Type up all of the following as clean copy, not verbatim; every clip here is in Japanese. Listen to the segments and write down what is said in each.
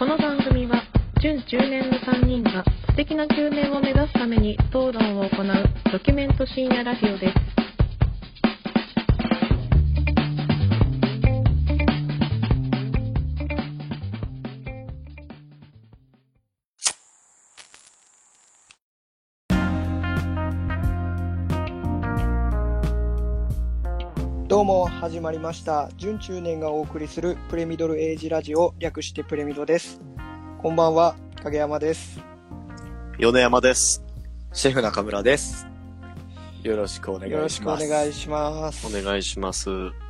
この番組は準10年の3人が素敵な9年を目指すために討論を行うドキュメント深夜ラジオです。 どうも始まりました。準中年がお送りするプレミドルエイジラジオ、略してプレミドです。こんばんは、影山です。 米山です。 シェフ中村です。よろしくお願いします。 よろしくお願いします。 お願いします。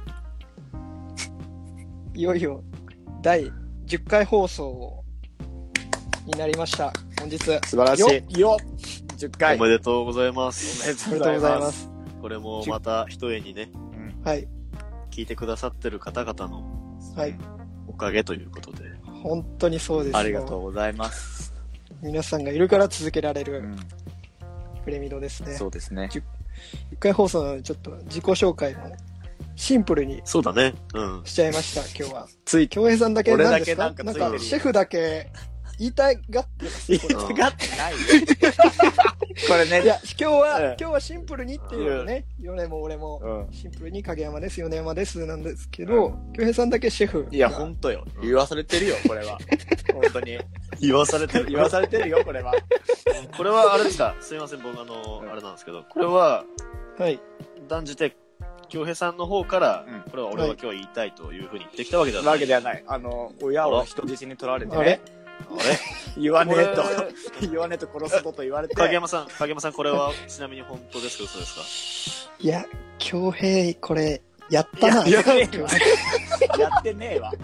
いよいよ第10回放送になりました。本日素晴らしい。よっ10回おめでとうございます。 おめでとうございます。 これもまた一重にね、 はい、 聞いてくださってる方々のおかげということで、 本当にそうですよ。 ありがとうございます。 皆さんがいるから続けられるプレミドですね。 そうですね。 10回放送なのでちょっと自己紹介もシンプルにそうだね、 しちゃいました。今日はつい京平さんだけ何ですか？ 俺だけなんかシェフだけ言いたがってます。 言いたがってないこれね。 いや、今日はシンプルにっていうね、米も俺もシンプルに影山です、米山ですなんですけど、京平さんだけシェフ。 いや、ほんとよ。言わされてるよ、これは。本当に。 言わされてるよ、これは。 これはあれですか？すいません、僕あれなんですけど、これは、 はい。 断じて、京平さんの方から、これは俺は今日言いたいというふうに言ってきたわけではない。 わけではない。親を人質に取られてね。 あれ言わねえと殺すぞと言われて。 影山さん、これはちなみに本当ですか嘘ですか？ いや、京平、これ、やったな。 やってねえわ。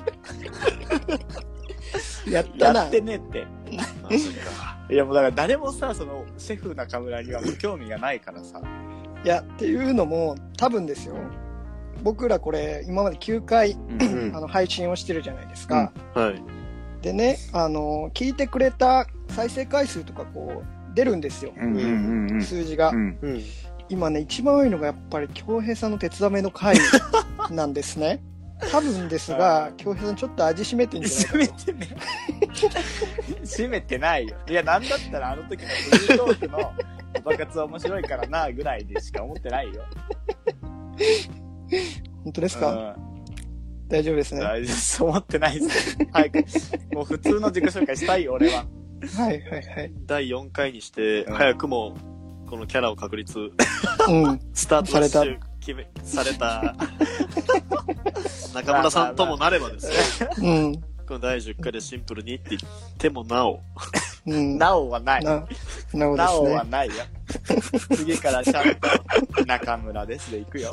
やったな。 やってねえって。いやもうだから誰もさ、その、シェフ中村にはもう興味がないからさ。 いや、っていうのも、多分ですよ。僕らこれ、今まで9回、配信をしてるじゃないですか。 はい。 でね、聞いてくれた再生回数とかこう出るんですよ、数字が、今ね一番多いのがやっぱり京平さんの鉄ダメの回なんですね。多分ですが京平さんちょっと味しめてんじゃないかと。 しめてないよ。いやなんだったらあの時のフリートークのパパ活面白いからなぐらいでしか思ってないよ。 本当ですか？大丈夫ですね。 大丈夫です。思ってないです。はい。もう普通の自己紹介したいよ、俺は。 はいはいはい。 第4回にして、早くも、このキャラを確立、スタートされた、中村さんともなればですね。この第10回でシンプルにって言ってもなお。 なおはない。 なおはないよ。次からちゃんと中村ですで行くよ。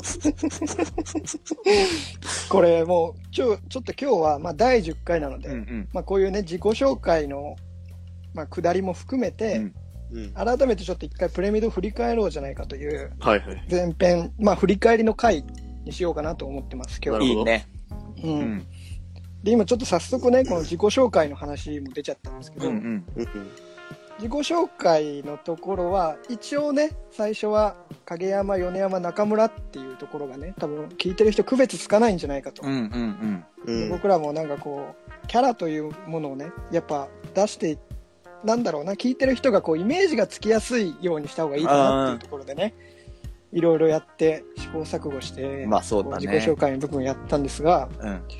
これもうちょっと今日はまあ第10回なので、まあこういうね自己紹介のまあ下りも含めて、改めてちょっと一回プレミド振り返ろうじゃないかという前編、まあ振り返りの回にしようかなと思ってます今日は。 いいね。 で今ちょっと早速ねこの自己紹介の話も出ちゃったんですけど、自己紹介のところは一応ね最初は影山、米山、中村っていうところがね多分聞いてる人区別つかないんじゃないかと、僕らもなんかこうキャラというものをねやっぱ出してなんだろうな聞いてる人がこうイメージがつきやすいようにした方がいいかなっていうところでねいろいろやって試行錯誤して、 まあそうだね、 自己紹介の部分をやったんですが、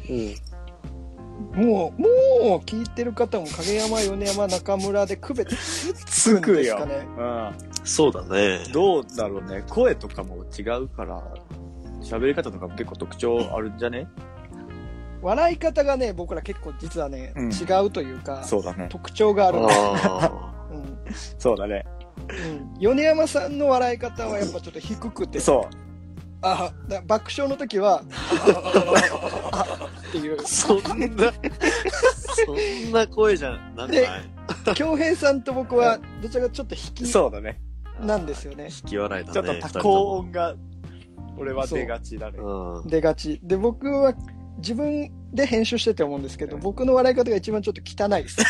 もう聞いてる方も影山、米山、中村で区別つくんですかね。 そうだね。 どうだろうね。声とかも違うから喋り方とかも結構特徴あるんじゃね？ 笑い方がね僕ら結構実はね、違うというかそうだね特徴があるんです、そうだね。 米山さんの笑い方はやっぱちょっと低くてそう爆笑の時はっていうそんな声じゃなんない。 京平さんと僕はどちらかちょっと引きそうだねなんですよね。 引き笑いだね。 ちょっと高音が俺は出がちだね。 出がちで僕は自分で編集してて思うんですけど、僕の笑い方が一番ちょっと汚いです。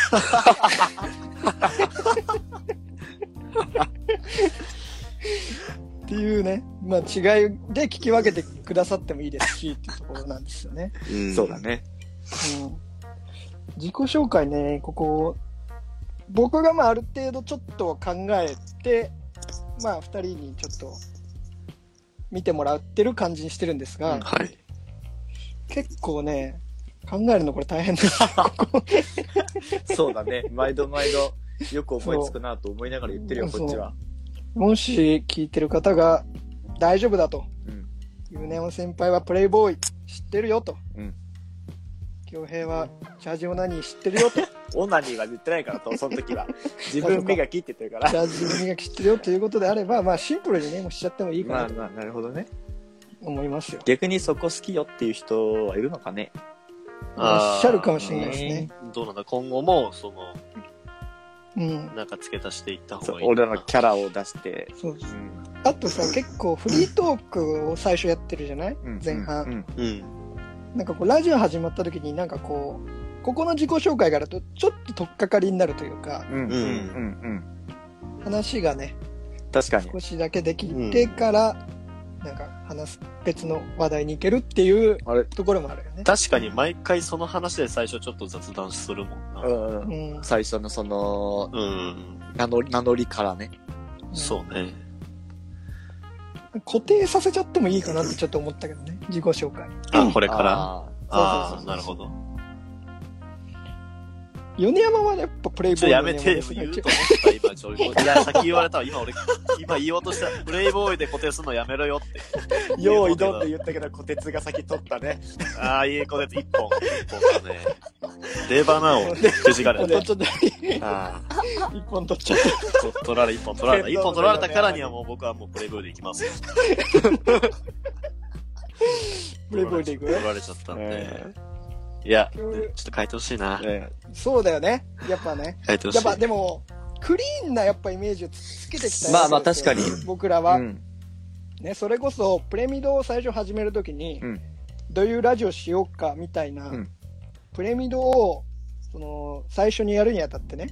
っていうね、まあ違いで聞き分けてくださってもいいですしっていうところなんですよね。 そうだね。 自己紹介ね、ここ、僕がまあある程度ちょっと考えて、まあ2人にちょっと見てもらってる感じにしてるんですが、 はい、 結構ね、考えるのこれ大変ですよ、ここ。 そうだね。毎度よく思いつくなと思いながら言ってるよ、こっちは。 もし聞いてる方が大丈夫だと。ゆうねお先輩はプレイボーイ知ってるよと。恭平はチャージオナニー知ってるよと。 オナニーは言ってないからと、その時は。自分磨きって言ってるから。 チャージ磨き知ってるよということであれば、まあシンプルにね、もうしちゃってもいいかなと。 まあ、なるほどね。 思いますよ。 逆にそこ好きよっていう人はいるのかね。 いらっしゃるかもしれないですね。 どうなんだ、今後も、なんか付け足していった方がいい。 俺らのキャラを出して。 そうです。あとさ、結構フリートークを最初やってるじゃない？前半。なんかこう、ラジオ始まった時になんかこう、ここの自己紹介からとちょっと取っかかりになるというか、話がね、 確かに少しだけできてから、なんか別の話題に行けるっていうところもあるよね。 確かに毎回その話で最初ちょっと雑談するもんな。最初のその、名乗りからね。 そうね。 固定させちゃってもいいかなってちょっと思ったけどね、自己紹介。 これから。なるほど。 米山はやっぱプレイボーイやめてよ、言うと思った今いや、先言われたわ。今言おうとした。プレイボーイで固定するのやめろよって。 用意どんって言ったけど、固定が先取ったね。 いい固定一本だね。出花をくじかれて。 一本取っちゃった。 取られたからにはもう僕はもうプレイボーイで行きますよ。 プレイボーイで行く？ 取られちゃったんで。いや、ちょっと変えてほしいな。 そうだよね。やっぱね。 変えてほしい。 やっぱでも、クリーンなやっぱイメージをつけてきた。 まあ確かに。 僕らは。ね、それこそ、プレミドを最初始めるときに、どういうラジオしようかみたいな、プレミドを、最初にやるにあたってね、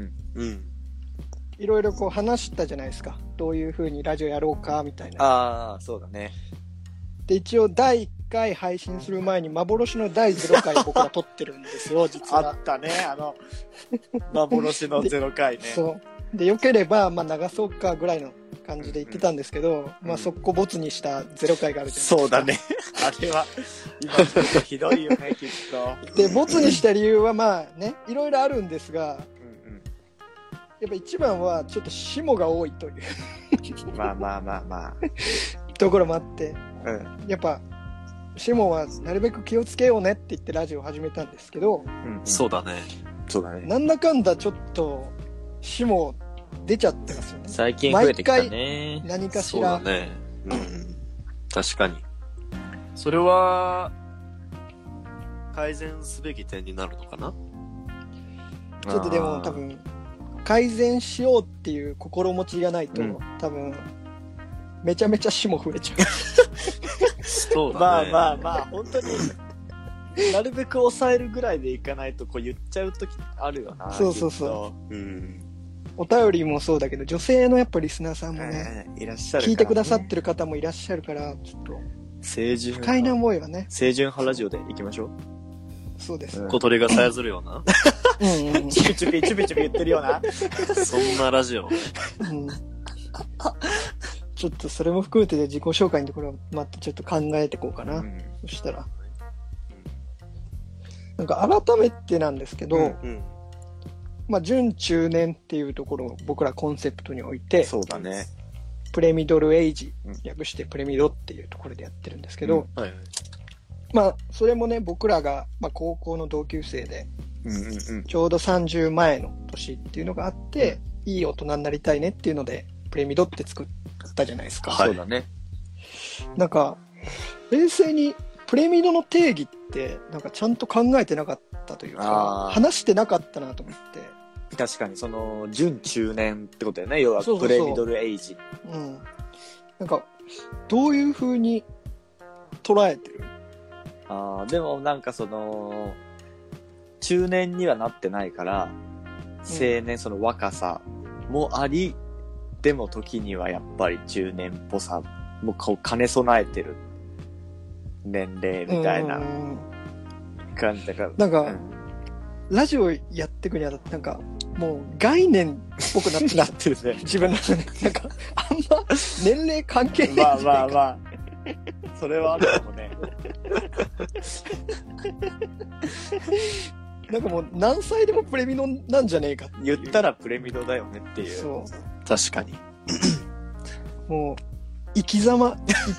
いろいろこう話したじゃないですか。どういう風にラジオやろうかみたいな。 そうだね。 で、一応第1回配信する前に幻の第0回僕ら撮ってるんですよ、実は。 あったね、幻の0回ね。 そう。で、良ければ、まあ流そうかぐらいの感じで言ってたんですけど、まあ速攻ボツにした0回があるじゃないですか。 そうだね。あれは、今ひどいよね、きっと。 で、ボツにした理由はまあね、いろいろあるんですが、やっぱ一番はちょっと下が多いというまあところもあって、やっぱ下はなるべく気をつけようねって言ってラジオを始めたんですけど、 そうだね。 なんだかんだちょっと下出ちゃってますよね。 最近増えてきたね。 毎回何かしら。 そうだね。確かに。それは改善すべき点になるのかな？ ちょっとでも多分改善しようっていう心持ちがないと、多分めちゃめちゃ下増えちゃう。 そうだね。 まあ本当になるべく抑えるぐらいでいかないとこう言っちゃう時あるよな。 そう。お便りもそうだけど、女性のやっぱリスナーさんもね、 いらっしゃるからね、 聞いてくださってる方もいらっしゃるから、ちょっと不快な思いはね。 清純派ラジオで行きましょう。 そうです。 小鳥がさやずるような。 チュピチュピ言ってるような。 そんなラジオ。 ちょっとそれも含めて自己紹介のところをまたちょっと考えていこうかな。そしたら。なんか改めてなんですけど、まあ準中年っていうところを僕らコンセプトに置いて、 そうだね。 プレミドルエイジ、略してプレミドっていうところでやってるんですけど、まあそれもね、僕らが、まあ、高校の同級生で、ちょうど30前の年っていうのがあって、いい大人になりたいねっていうのでプレミドって作ったじゃないですか。 そうだね。 なんか冷静にプレミドの定義ってなんかちゃんと考えてなかったというか、話してなかったなと思って。 確かにその準中年ってことだよね。要はプレミドルエイジ。 なんかどういう風に捉えてる？ でもなんかその中年にはなってないから青年、その若さもあり、でも時にはやっぱり中年っぽさもこう兼ね備えてる年齢みたいな感じだから。 なんか、 ラジオやっていくにあたってなんかもう概念っぽくなってなってるね。 自分の中でなんかあんま年齢関係ない。 まあまあまあ。それはあるかもね。 なんかもう何歳でもプレミドなんじゃねえかって言ったらプレミドだよねっていう。 そう。 確かに。 もう生き様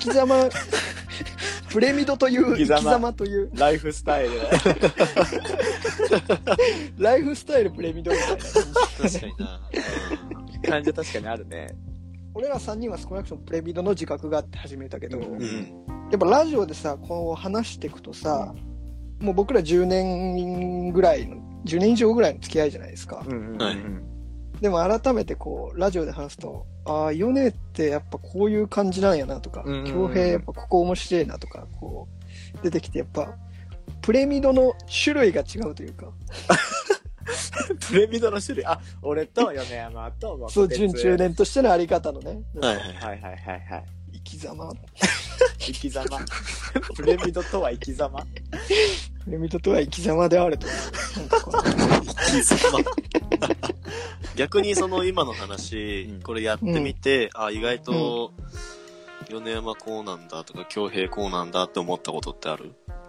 プレミドという生き様というライフスタイルライフスタイルプレミドみたいな確かにな。 感じは確かにあるね。 俺ら3人は少なくともプレミドの自覚があって始めたけど、 うん、 やっぱラジオでさこう話していくとさ、もう僕ら10年以上ぐらいの付き合いじゃないですか、でも改めてこうラジオで話すと、ああヨネってやっぱこういう感じなんやなとか、恭平やっぱここ面白いなとかこう出てきて、やっぱプレミドの種類が違うというかプレミドの種類、あ、俺と米山とそう準中年としてのあり方のね、 はい生き様生き様プレミドとは生き様プレミドとは生き様であると思う。なんかこ生き様逆にその今の話、これやってみて、あ、意外と米山こうなんだとか恭平こうなんだって思ったことってある？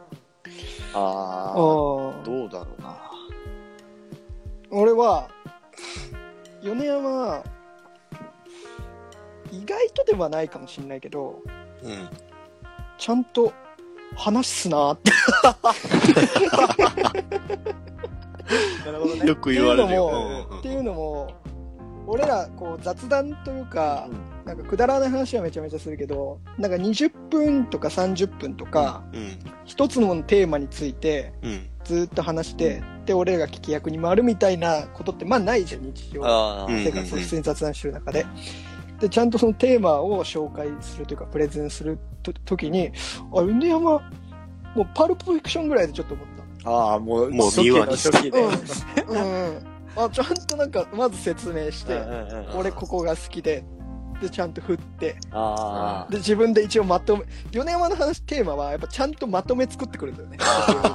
どうだろうな。 俺は米山は意外とではないかもしれないけど、ちゃんと話すなってなるほどね。 よく言われるよ。 っていうのも俺らこう雑談というか、なんかくだらない話はめちゃめちゃするけど、なんか20分とか30分とか、一つのテーマについてずっと話して、で俺らが聞き役に回るみたいなことってまあないじゃん、日常生活を普通に雑談してる中で。でちゃんとそのテーマを紹介するというかプレゼンするときに、あ、米山もうパルプフィクションぐらいでちょっと思った。 もう初期で。 あ、ちゃんとなんかまず説明して、俺ここが好きでちゃんと振って、で自分で一応まとめ、米山の話テーマはやっぱちゃんとまとめ作ってくるんだよね。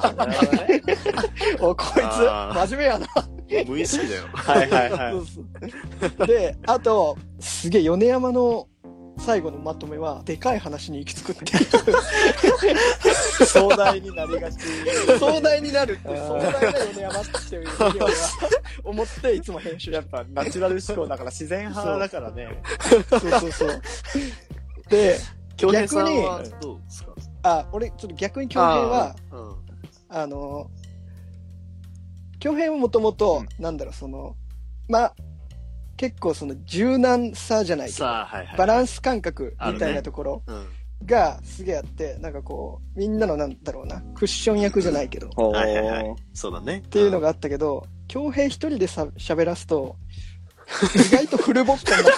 お、こいつ真面目やな。 無意識だよ。 そうで、あとすげえ米山の最後のまとめはでかい話に行き着くっていう壮大になりがち。 壮大になるって、壮大な米山っていうふうに俺は思っていつも編集。 やっぱナチュラル思考だから自然派だからね。 そうで、 恭平さんはどうですか？ 俺ちょっと逆に恭平は恭平ももともとなんだろう、そのまあ結構その柔軟さじゃないけど、バランス感覚みたいなところがすげえあって、なんかこうみんなのなんだろうな、クッション役じゃないけど、 そうだねっていうのがあったけど、恭平一人で喋らすと意外とフルボッコにな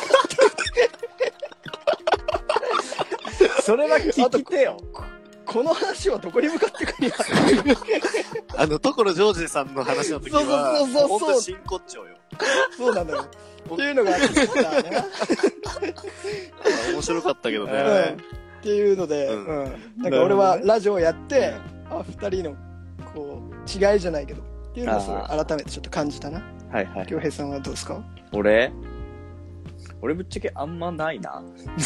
ってそれは聞いてよ。 この話はどこに向かってくるやん。 所ジョージさんの話の時は本当に真骨頂よ。 そうなんだよ。っていうのがあってさ、 面白かったけどね。 っていうので、なんか俺はラジオやって、二人のこう違いじゃないけどっていうのを改めてちょっと感じたな。恭平さんはどうですか？ 俺ぶっちゃけあんまないな。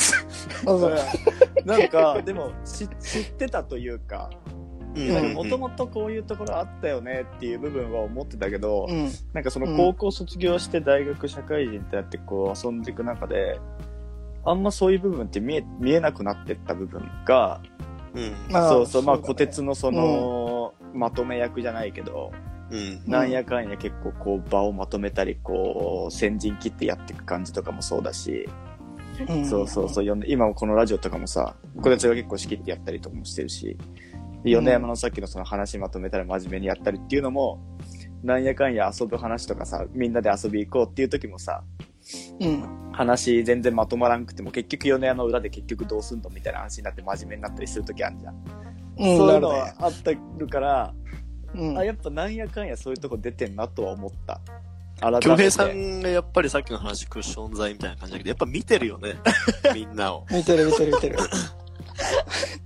なんかでも知ってたというか、もともとこういうところあったよねっていう部分は思ってたけど、なんかその高校卒業して大学社会人ってやってこう遊んでいく中で、あんまそういう部分って見えなくなってった部分が、そうまあ虎鉄のその、まとめ役じゃないけど、なんやかんや結構こう場をまとめたりこう先陣切ってやっていく感じとかもそうだし、今このラジオとかもさ、虎鉄が結構仕切ってやったりとかもしてるし、米山のさっきのその話まとめたら真面目にやったりっていうのも、なんやかんや遊ぶ話とかさ、みんなで遊び行こうっていう時もさ、話全然まとまらんくても結局米山の裏で結局どうすんのみたいな話になって真面目になったりする時あるじゃん。そういうのはあったるから、やっぱなんやかんやそういうとこ出てんなとは思った。 恭平さんがやっぱりさっきの話クッション材みたいな感じだけど、やっぱ見てるよね。みんなを。 見てる。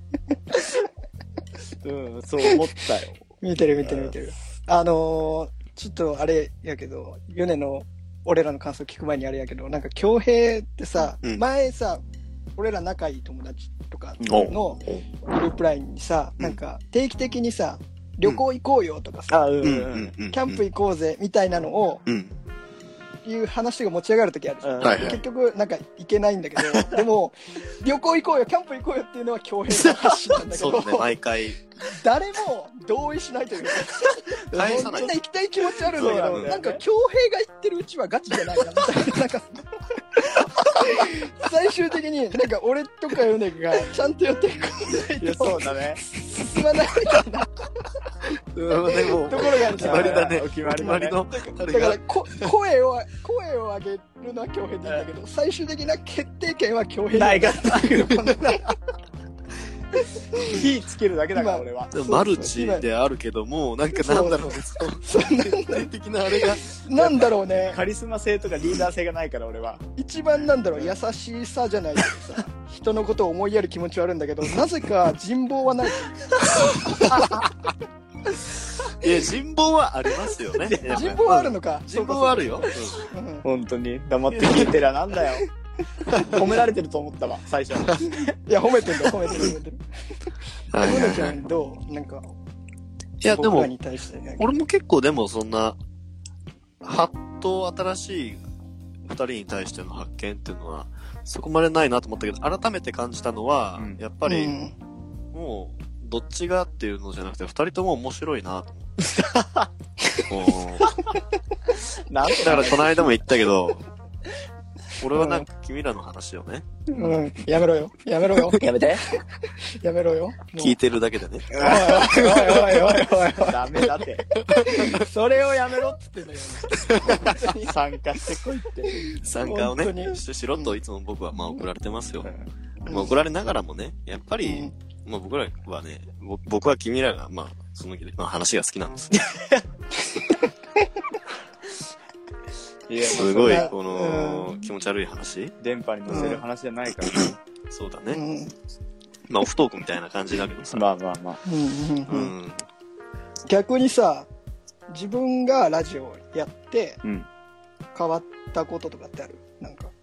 そう思ったよ。 見てる。 ちょっとあれやけど、ヨネの俺らの感想聞く前にあれやけど、なんか恭平ってさ、前さ、俺ら仲いい友達とかのグループラインにさ、なんか定期的にさ、旅行行こうよとかさ、キャンプ行こうぜみたいなのを、いう話が持ち上がるときあるじゃん。結局なんか行けないんだけど、でも旅行行こうよ、キャンプ行こうよっていうのは恭平の発信なんだけど、 そうね、毎回誰も同意しないというか、みんな行きたい気持ちあるんだけど、なんか恭平が言ってるうちはガチじゃないなみたいな、なんか最終的になんか俺とかヨネがちゃんと予定組んないと進まないみたいなところがあるじゃん。 決まりだね。決まりの。 だから声を上げるのは恭平でいいんだけど、最終的な決定権は恭平ないから火つけるだけだから俺は。 マルチであるけども、なんかなんだろうね。全体的なあれが。 なんだろうね。 カリスマ性とかリーダー性がないから俺は。 一番なんだろう、優しさじゃないけどさ、人のことを思いやる気持ちはあるんだけど、なぜか人望はない。 いや、人望はありますよね。 人望はあるのか。 人望はあるよ。 本当に。黙って聞いてりゃなんだよ。褒められてると思ったわ、最初。 いや、褒めてる。ヨネちゃんどうなんか。 いや、でも、俺も結構でもそんな、はっと新しい二人に対しての発見っていうのは、そこまでないなと思ったけど、改めて感じたのは、やっぱり、もう、どっちがっていうのじゃなくて、二人とも面白いなと思って。だからこの間も言ったけど、俺はなんか君らの話をね。 やめろよ。 やめて。 やめろよ。 聞いてるだけでね。 おい。ダメだって。 それをやめろっつってんだよ。 参加してこいって。 参加をね、しろといつも僕はまあ送られてますよ。送られながらもね、やっぱり、まあ僕らはね、僕は君らがまあ、その話が好きなんです。すごい、この、気持ち悪い話電波に乗せる話じゃないからね。 そうだね。まあ、オフトークみたいな感じだけどさ。 まあ。 逆にさ、自分がラジオやって、変わったこととかってある？なんか。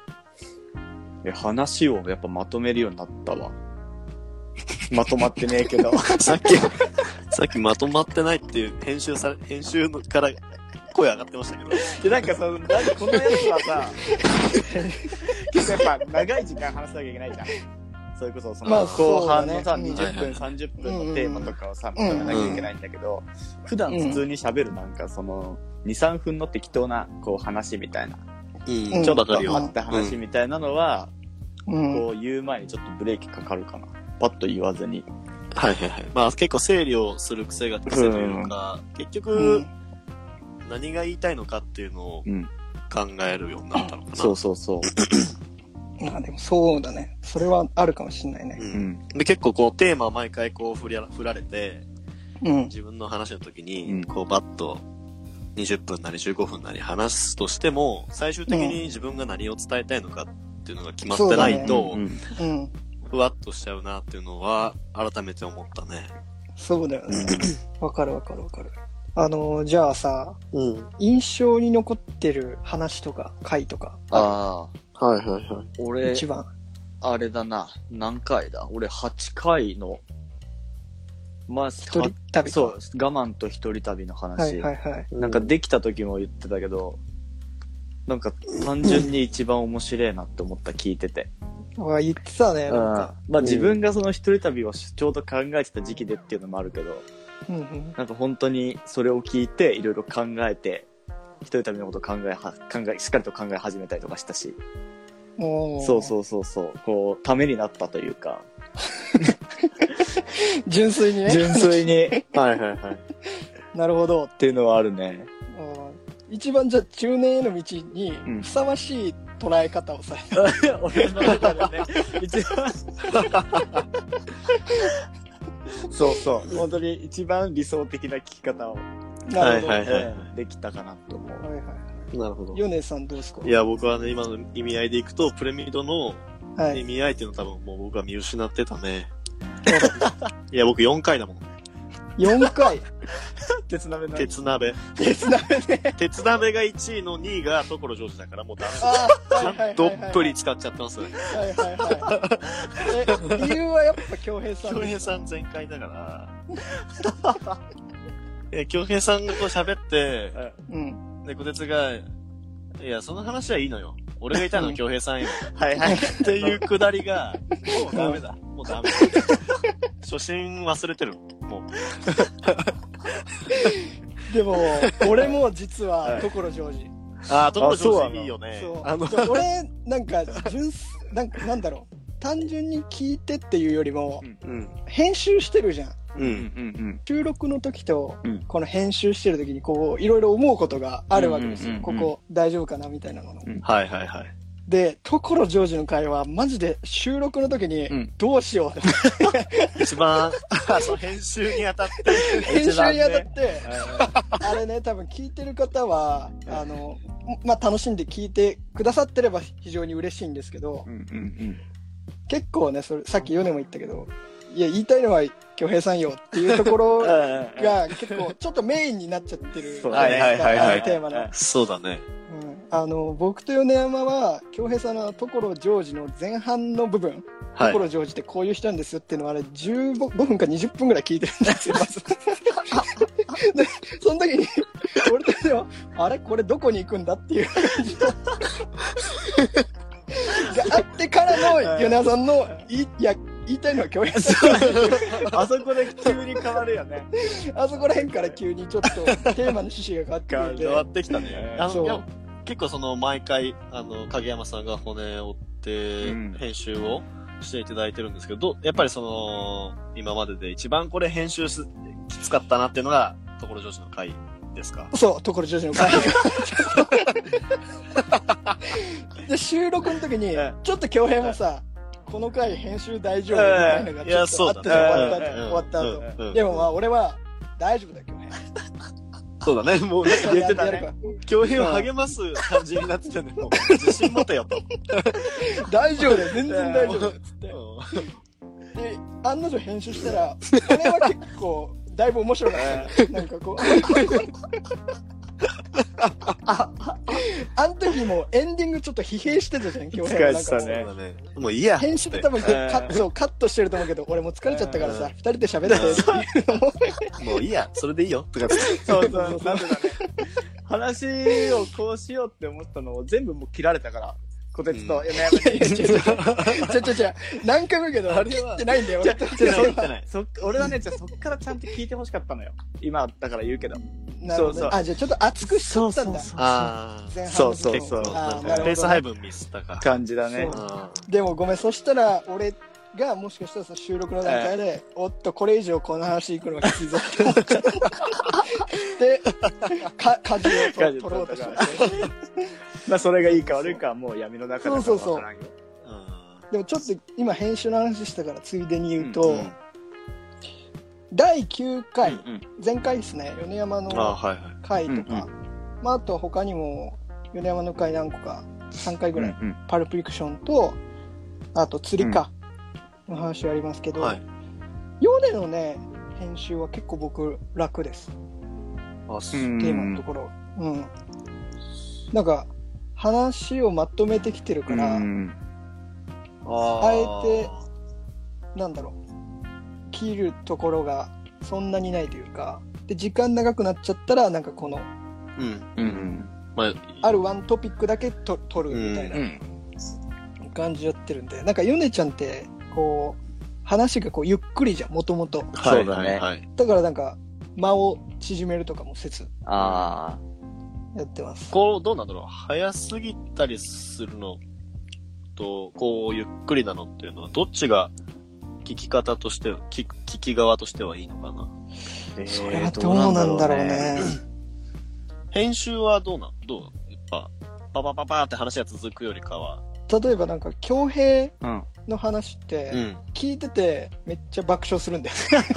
話をやっぱまとめるようになったわ。まとまってねえけど。さっきまとまってないっていう編集から声上がってましたけど。 で、なんかこのやつはさ、結構やっぱ長い時間話さなきゃいけないじゃん。それこそ後半のさ、20分、30分のテーマとかをさ、まとめなきゃいけないんだけど、普段普通に喋るなんかその、2、3分の適当なこう話みたいな。ちょっとあった話みたいなのは、こう言う前にちょっとブレーキかかるかな。パッと言わずに。 はい。まあ結構整理をする癖というか、結局、何が言いたいのかっていうのを考えるようになったのかな。 そう。 まあでもそうだね。それはあるかもしれないね。 で結構こうテーマを毎回こう振られて、自分の話の時に、こうバッと20分なり15分なり話すとしても、最終的に自分が何を伝えたいのかっていうのが決まってないと、ふわっとしちゃうなっていうのは改めて思ったね。 そうだよね。わかる。じゃあさ、印象に残ってる話とか回とか。 はい。 俺、 一番。 あれだな。何回だ？俺8回の、まあ、 一人旅。 そう、我慢と一人旅の話。 はい。 なんかできた時も言ってたけど、なんか単純に一番面白いなって思った、聞いてて。 言ってたね。 まあ自分がその一人旅をちょうど考えてた時期でっていうのもあるけど、なんか本当にそれを聞いていろいろ考えて、一人旅のことをしっかりと考え始めたりとかしたし。そう。こう、ためになったというか。 純粋にね。 はい。 なるほど。 っていうのはあるね。 一番じゃあ中年への道にふさわしい捉え方をされた。 俺の中でね。一番。そう。本当に一番理想的な聞き方を。 なるほど。 できたかなと思う。 なるほど。 ヨネさんどうですか？ いや、僕はね、今の意味合いでいくと、プレミドの意味合いっていうの多分もう僕は見失ってたね。いや、僕4回だもん。 4回。 鉄鍋ね。 鉄鍋。 鉄鍋ね。 鉄鍋が1位の2位が所ジョージだからもうダメだ。どっぷり使っちゃってますね。 はいはいはい。理由はやっぱ京平さん。 京平さん全開だから。京平さんがこう喋って、 うん。 で、小鉄が、いや、その話はいいのよ。俺が言いたいのは京平さんよ。 はいはい。 っていうくだりが、もうダメだ。もうダメだ。初心忘れてる。もう。 でも、俺も実は、所ジョージ。 ああ、所ジョージいいよね。 そう。俺、なんか、なんだろう。単純に聞いてっていうよりも、編集してるじゃん。収録の時と、この編集してる時にこういろいろ思うことがあるわけですよ。ここ大丈夫かなみたいなの。 はいはいはい。 で、所ジョージの会話マジで収録の時にどうしようって。 一番編集にあたって、 あれね多分聞いてる方はまあ楽しんで聞いてくださってれば非常に嬉しいんですけど、結構ねそれさっきヨネも言ったけど。いや、言いたいのは京平さんよっていうところが結構ちょっとメインになっちゃってる。 はいはいはいテーマの。 そうだね。 僕と米山は京平さんの所ジョージの前半の部分、所ジョージってこういう人なんですよっていうのはあれ15分か20分ぐらい聞いてるんですよ、まず。で、その時に、俺とでは、あれこれどこに行くんだっていう感じがあってからの米山さんの、いや、言いたいのは京平さん。 あそこで急に変わるよね。 あそこら辺から急にちょっとテーマの趣旨が変わってきたね。結構その毎回、影山さんが骨を折って編集をしていただいてるんですけど、やっぱりその、今までで一番これ編集きつかったなっていうのが、所ジョージの回ですか？ そう、所ジョージの回。で、収録の時に、ちょっと京平もさ、この回編集大丈夫みたいなのがちょっとあって終わった後。でもまあ俺は大丈夫だよ、京平。 そうだね、もうなんか言ってたね。京平を励ます感じになってたね。もう自信持てよと。 大丈夫だよ、全然大丈夫だよ、つって。で、案の定編集したら、これは結構、だいぶ面白かった。なんかこう。あん時もエンディングちょっと疲弊してたじゃん、今日。 疲れてたね。 もういいや。 編集で多分カットしてると思うけど、俺も疲れちゃったからさ、二人で喋ってっていうのも。もういいや、それでいいよ。とかそう、なんでだね。話をこうしようって思ったのを全部もう切られたから。小鉄と米山に。 違う。何回も言うけど、あれは。ってないんだよ。 俺はね、じゃあそっからちゃんと聞いてほしかったのよ。今、だから言うけど。 そう。あ、じゃあちょっと熱くしちゃったんだ。 そう。 ペース配分ミスったか。 感じだね。 でもごめん、そしたら、俺がもしかしたら収録の段階で、おっと、これ以上この話行くのがきついぞって思っちゃって。で、舵を取ろうとして。 まあそれがいいか悪いかはもう闇の中で分からんよ。 でもちょっと今編集の話したからついでに言うと、第9回、前回ですね、米山の回とか、まああと他にも米山の回何個か3回ぐらい、パルプリクションとあと釣りかの話ありますけど、ヨネのね編集は結構僕楽です。テーマのところ、なんか話をまとめてきてるから、あえてなんだろう、切るところがそんなにないというか、で時間長くなっちゃったらなんかこの、あるワントピックだけ取るみたいな感じやってるんで、なんかヨネちゃんってこう話がこうゆっくりじゃん、もともと。 そうだね。 だからなんか間を縮めるとかもせずやってます。 こうどうなんだろう、早すぎたりするのとこうゆっくりなのっていうのはどっちが聞き方として聞き側としてはいいのかな。 それはどうなんだろうね。 編集はどうやっぱパパパパって話が続くよりかは、 例えばなんか恭平の話って聞いててめっちゃ爆笑するんだよ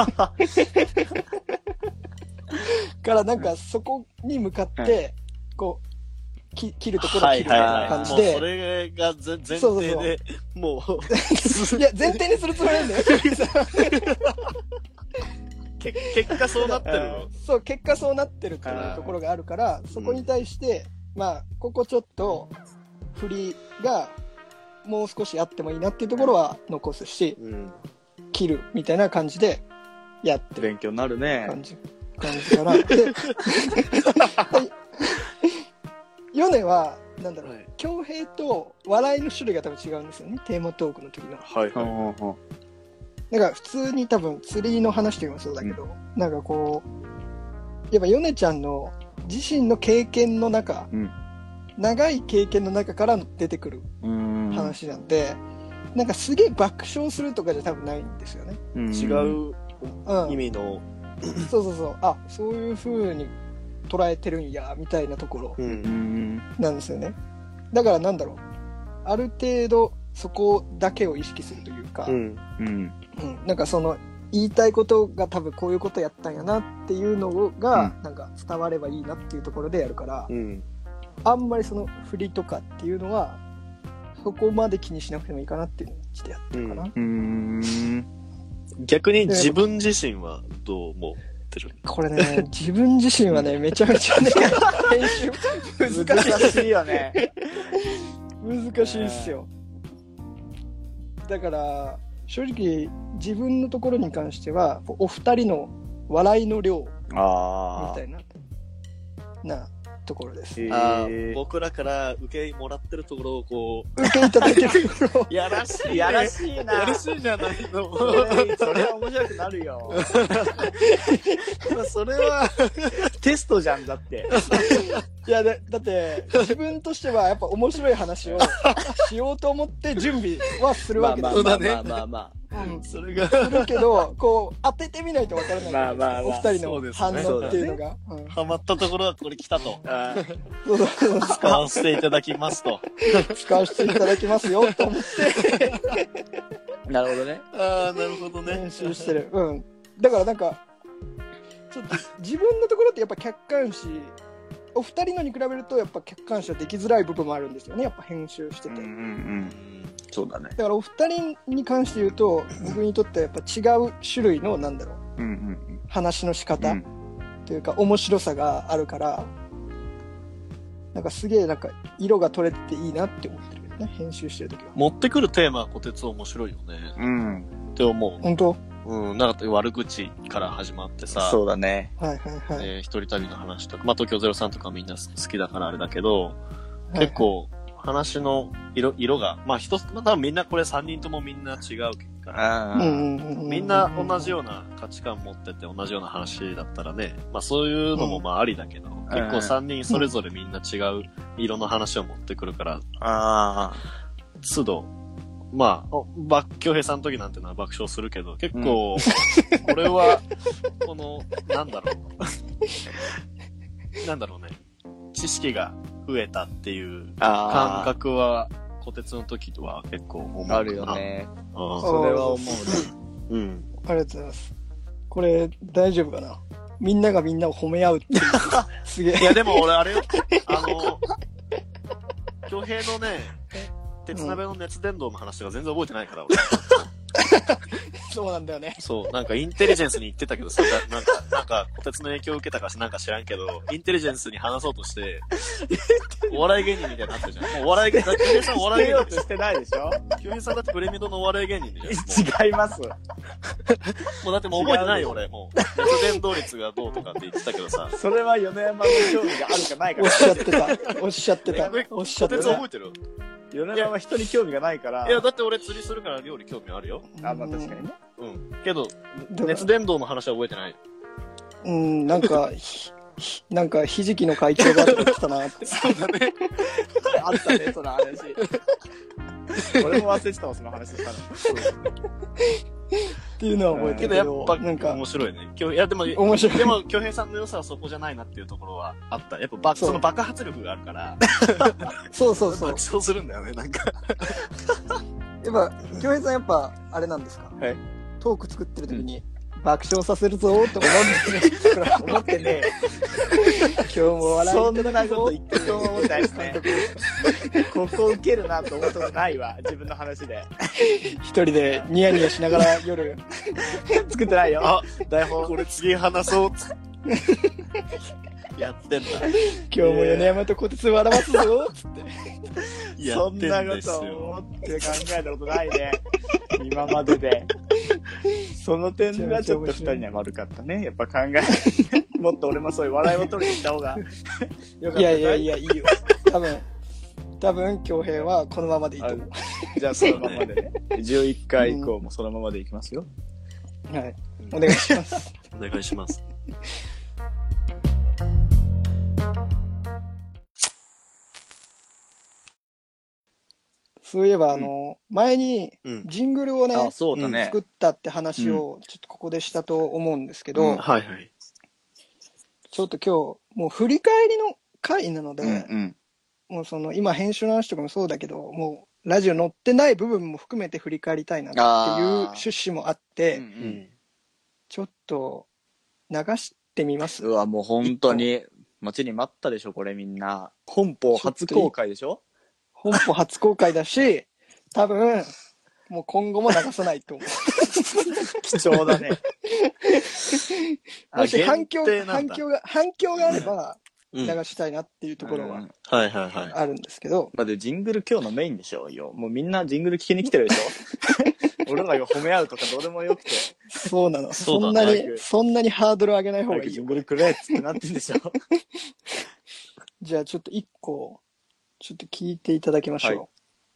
からなんかそこに向かってこう切るところを切る感じで、 もうそれが前提でもういや前提にするつもりなんだよ結果そうなってるの。 そう、結果そうなってるっていうところがあるから、そこに対して、まあ、ここちょっと、振りが、もう少しあってもいいなっていうところは残すし、切るみたいな感じでやってる。 勉強になるね。 感じかな。で、ヨネは、なんだろう、恭平と笑いの種類が多分違うんですよね、テーマトークの時の。 はいはい。 なんか普通に多分釣りの話とかもそうだけど、なんかこう、やっぱヨネちゃんの自身の経験の中、長い経験の中から出てくる話なんで、なんかすげえ爆笑するとかじゃ多分ないんですよね。 違う意味の、 そうそうそう、あ、そういう風に捉えてるんやみたいなところなんですよね。だからなんだろう、ある程度そこだけを意識するというか、なんかその言いたいことが多分こういうことやったんやなっていうのがなんか伝わればいいなっていうところでやるから、あんまりその振りとかっていうのはそこまで気にしなくてもいいかなっていうのをしてやってるかな。 逆に自分自身はどう思ってる？ これね、自分自身はね、めちゃめちゃね、編集難しいよね。難しいっすよ。だから正直自分のところに関してはお二人の笑いの量みたいなところです。 僕らから受けもらってるところをこう受けいただけるところやらしいやらしいな。 やらしいじゃないの。 それは面白くなるよ。 それはテストじゃんだって。 いやだって自分としてはやっぱ面白い話をしようと思って準備はするわけです。 まあ、 それがするけどこう当ててみないとわからない。お二人の反応っていうのがハマったところはこれ来たと。 使わせていただきますと。 使わせていただきますよと思って。 なるほどね。 なるほどね。 練習してる。だからなんかちょっと自分のところってやっぱ客観視。お二人のに比べるとやっぱ客観視はできづらい部分もあるんですよね、やっぱ編集してて。 そうだね。 だからお二人に関して言うと僕にとってはやっぱ違う種類のなんだろう、話の仕方というか面白さがあるから、なんかすげえなんか色が取れてていいなって思ってるけどね、編集してる時は。 持ってくるテーマはこてつ面白いよね。って思う。 本当？ なんか悪口から始まってさ。 そうだね。 はい。 一人旅の話とか、東京03とかみんな好きだからあれだけど、結構話の色が、多分みんなこれ3人ともみんな違うから、みんな同じような価値観持ってて同じような話だったらね、そういうのもありだけど、結構3人それぞれみんな違う色の話を持ってくるから、都度、京平さんの時なんてのは爆笑するけど、結構、これは、なんだろうね。知識が増えたっていう感覚は、小鉄の時とは結構思うかな。 あるよね。それは思うね。 ありがとうございます。これ、大丈夫かな？みんながみんなを褒め合うっていう。すげえ。 いや、でも俺あれよ。京平のね、鉄鍋の熱伝導の話とか全然覚えてないから俺。 そうなんだよね。 そう、なんかインテリジェンスに言ってたけどさ、なんか、小鉄の影響を受けたかなんか知らんけど、インテリジェンスに話そうとして、お笑い芸人みたいになってるじゃん。もうお笑い芸人、京平さんお笑い芸人。 してないでしょ？ 京平さんだってプレミドのお笑い芸人じゃん。 違います。 もうだってもう覚えてないよ俺、もう。熱伝導率がどうとかって言ってたけどさ。 それは米山の興味があるかないか。 おっしゃってた。おっしゃってた。 小鉄覚えてる？ 米山は人に興味がないから。 いや、だって俺釣りするから料理興味あるよ。 確かにね。 けど、熱伝導の話は覚えてない。 なんか、ひじきの会長が言ってたなって。 そうだね。 あったね、その話。俺も忘れてたわ、その話したの。 っていうのは覚えてるけど。 けどやっぱ、なんか、面白いね。いや、でも、 面白い。 でも、京平さんの良さはそこじゃないなっていうところはあった。やっぱ、その爆発力があるから。 そう。 爆笑するんだよね、なんか。 やっぱ、京平さんやっぱ、あれなんですか？ はい。 トーク作ってる時に、 爆笑させるぞと思ってね今日も笑いそんなこと言ってると思ったですね。ここ受けるなと思ったことないわ、自分の話で。 一人でニヤニヤしながら夜作ってないよ。 あ、 台本。 これ次話そう。やってんだ。 今日も米山とこてつ笑わすぞつってやそんってなんことですよ。 思って考えたことないね。今までで。その点がちょっと二人には悪かったね。やっぱ考え、もっと俺もそういう笑いを取りに行った方がよかった。 いやいいよ多分恭平はこのままでいいと思う。 じゃあそのままでね。11回以降もそのままでいきますよ。 はいお願いしますお願いします。 そういえば前にジングルをね、 そうだね。 作ったって話をちょっとここでしたと思うんですけど、 はいはい。 ちょっと今日もう振り返りの回なので、もうその今編集の話とかもそうだけど、もうラジオ載ってない部分も含めて振り返りたいなっていう趣旨もあって、ちょっと流してみます。 うわ、もう本当に待ちに待ったでしょこれみんな。本邦初公開でしょ。 本邦初公開だし、多分もう今後も流さないと思う。 貴重だね。 もし反響があれば流したいなっていうところはあるんですけど。 だってジングル今日のメインでしょよ。もうみんなジングル聞きに来てるでしょ。俺らが褒め合うとかどうでもよくて。 そうなの。そんなにハードル上げない方がいいよ。 ジングルくれっつってなってんでしょ。 じゃあちょっと一個ちょっと聞いていただきましょう。はい、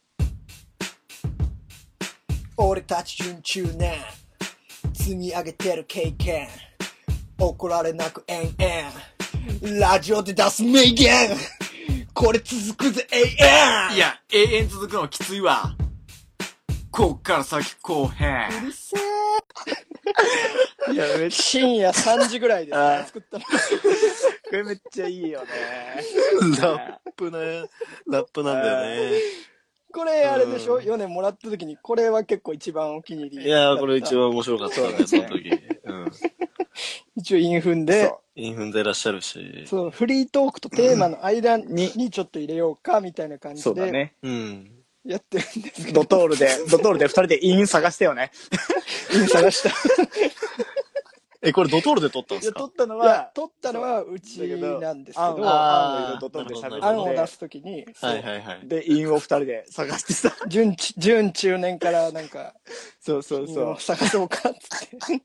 俺たち10年積み上げてる経験、怒られなく延々ラジオで出す名言、これ続くぜ永遠。 いや永遠続くのきついわ。こっから先後編。 うるせえ。いや深夜3時ぐらいですね作ったの。これめっちゃいいよね。 ラップなんだよね。 これあれでしょ、4年もらった時にこれは結構一番お気に入り。 いやこれ一番面白かったねその時。 一応インフンでいらっしゃるし、 そうフリートークとテーマの間にちょっと入れようかみたいな感じで。 そうだね。 やってるんですけど。 ドトールで2人でイン探したよね。 イン探した。 これドトールで撮ったんですか？ 撮ったのはうちなんですけど、 ドトールで喋って案を出すときに、 でインを2人で探してさ、 準中年からなんかそう探そうかっつって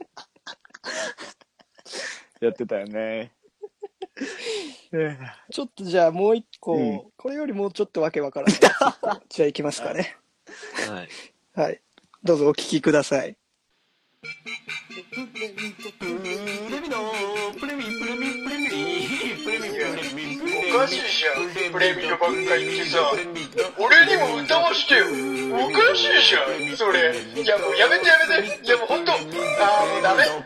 やってたよね。 ちょっとじゃあもう一個、これよりもうちょっとわけわからない。じゃあ行きますかね。はい。どうぞお聞きください。 おかしいじゃん。プレミアばっかり言ってさ。俺にも歌わしてよ。おかしいじゃん。それ。いやもうやめて。いやもうほんと。もうダメ。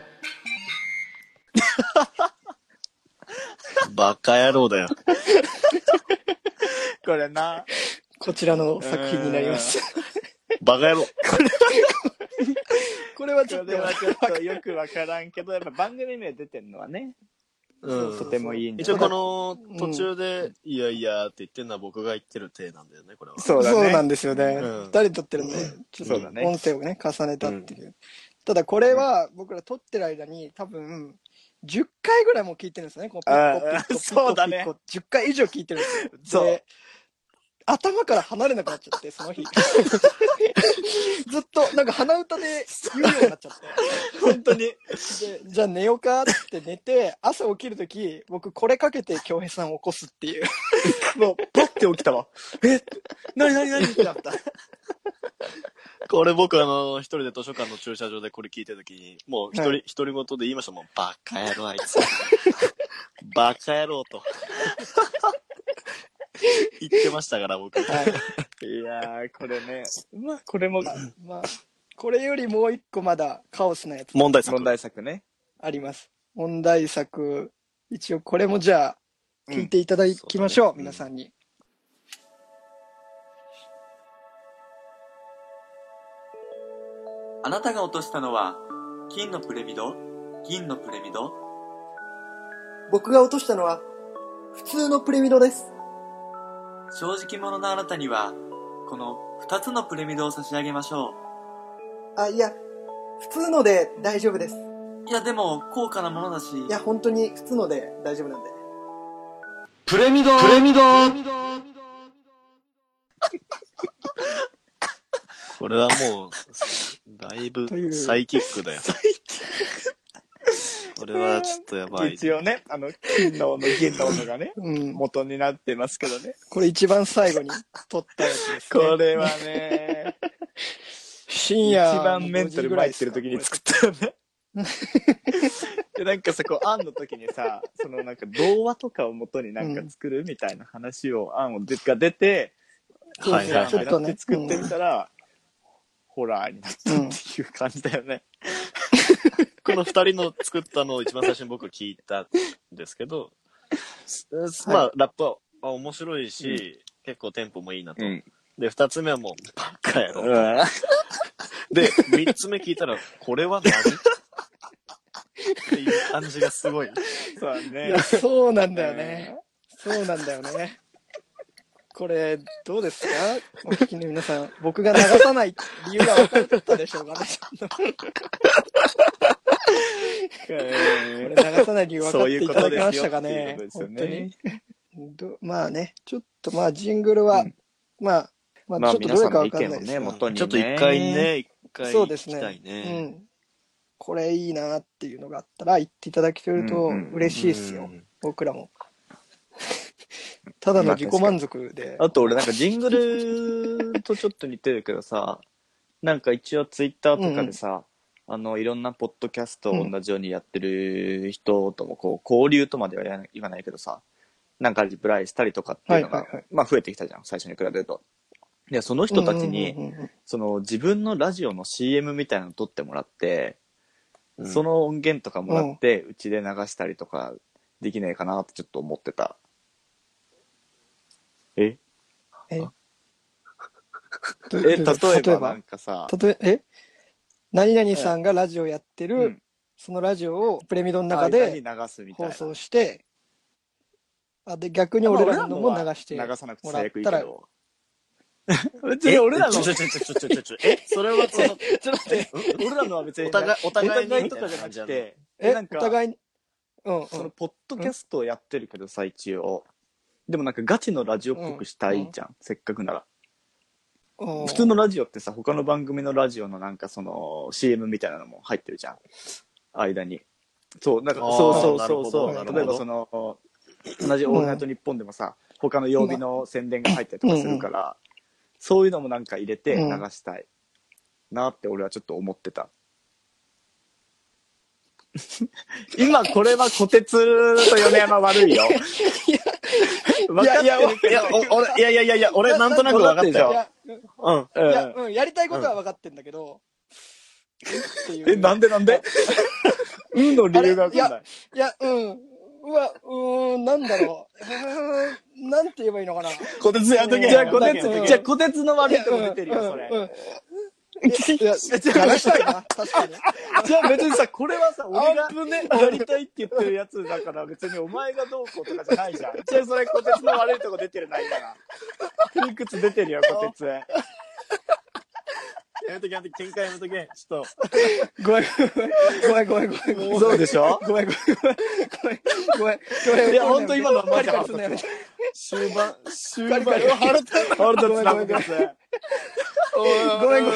バカ野郎だよ。 これな。 こちらの作品になります。 バカ野郎。 これはちょっとよくわからんけど、やっぱ番組名出てんのはね。とてもいいんで。 一応この途中で、いやって言ってるのは僕が言ってる体なんだよね、これは。 そうなんですよね。二人撮ってるんで、ちょっと音声をね、重ねたっていう。ただこれは僕ら撮ってる間に多分、10回ぐらいも聞いてるんですよね。 そうだね。 10回以上聞いてるんですよ。で、頭から離れなくなっちゃって、その日。ずっと、なんか鼻歌で言うようになっちゃって。 本当に。 で、じゃあ寝ようかって寝て、朝起きるとき、僕これかけて京平さんを起こすっていう。 もう、パッて起きたわ。なにってなった。 これ僕一人で図書館の駐車場でこれ聞いてるときに、もう独り言で言いましたもん。バカ野郎あいつ。バカ野郎と。言ってましたから僕。いやー、これね。まあ、これも、 これよりもう一個まだカオスなやつ。 問題作ね。 あります。問題作。一応これもじゃあ、聞いていただきましょう。皆さんに。 あなたが落としたのは金のプレミド？銀のプレミド？ 僕が落としたのは普通のプレミドです。 正直者のあなたにはこの2つのプレミドを差し上げましょう。いや、普通ので大丈夫です。 いやでも高価なものだし。 いや本当に普通ので大丈夫なんで。 プレミドこれはもうだいぶサイキックだよ。これはちょっとやばい。 一応ね、金の銀のがね、元になってますけどね。 これ一番最後に撮ったやつですね。 これはね、 深夜一番メンタル参ってる時に作ったよね。でなんかさ、こう案の時にさ、そのなんか童話とかを元になんか作るみたいな話を、案が出て、 はいはいはい、 ちょっとね、 作ってみたら、ホラーになったっていう感じだよね。 この二人の作ったのを一番最初に僕聞いたんですけど、まあラップは面白いし、結構テンポもいいなと。で、二つ目はもうバカやろ。で、三つ目聞いたら、これは何っていう感じがすごい。 そうね。 いや、そうなんだよね。そうなんだよね。これ、どうですかお聞きの皆さん。僕が流さない理由が分かったでしょうかね。これ流さない理由分かっていただけましたかね。本当に。まあね、ちょっとまあジングルは、まあちょっとどれか分かんないですけど、 ちょっと一回そうです聞きたいね。 これいいなっていうのがあったら言っていただけると嬉しいですよ。僕らも。ただの自己満足で。 あと俺なんかジングルとちょっと似てるけどさ、なんか一応ツイッターとかでさ、いろんなポッドキャストを同じようにやってる人ともこう交流とまでは言わないけどさ、なんかリプライしたりとかっていうのが、まあ増えてきたじゃん、最初に比べると。で、その人たちに、その自分のラジオの CM みたいなの撮ってもらって、その音源とかもらって、うちで流したりとかできないかなってちょっと思ってた。例えばなんかさ、 何々さんがラジオやってる、そのラジオをプレミドの中で放送して、で逆に俺らのも流してもらったら、 別に俺らのそれはそのちょっと待って、俺らのは別にお互いとかじゃなくて、なんかお互いに、 そのポッドキャストをやってるけどさ、一応。でもなんかガチのラジオっぽくしたいじゃん、せっかくなら。普通のラジオってさ、他の番組のラジオのなんかその CM みたいなのも入ってるじゃん、間に。そう、なんかそう例えばその同じオールナイトニッポンでもさ、他の曜日の宣伝が入ったりとかするから、そういうのもなんか入れて流したいなって俺はちょっと思ってた。今これは小鉄と米山悪いよ。分かってるけど、 俺なんとなく分かったよ。やりたいことは分かってんだけど。 なんでうんの理由が分かんない。 なんだろう。なんて言えばいいのかな。 小鉄やっとけ。じゃあ小鉄の悪いとこ出てるよ、それ。 流したいな、確かに。 じゃあ別にさ、これはさ、俺がやりたいって言ってるやつだから別にお前がどうこうとかじゃないじゃん。じゃあそれ小鉄の悪いとこ出てるないから。いくつ出てるよ、小鉄。 やめとけ、喧嘩やめとけ。ちょっと。 ごめん。 そうでしょ？ ごめん。 いや、ほんと今のはマジ腹立つ。終盤。腹立つな、小鉄。 ごめん。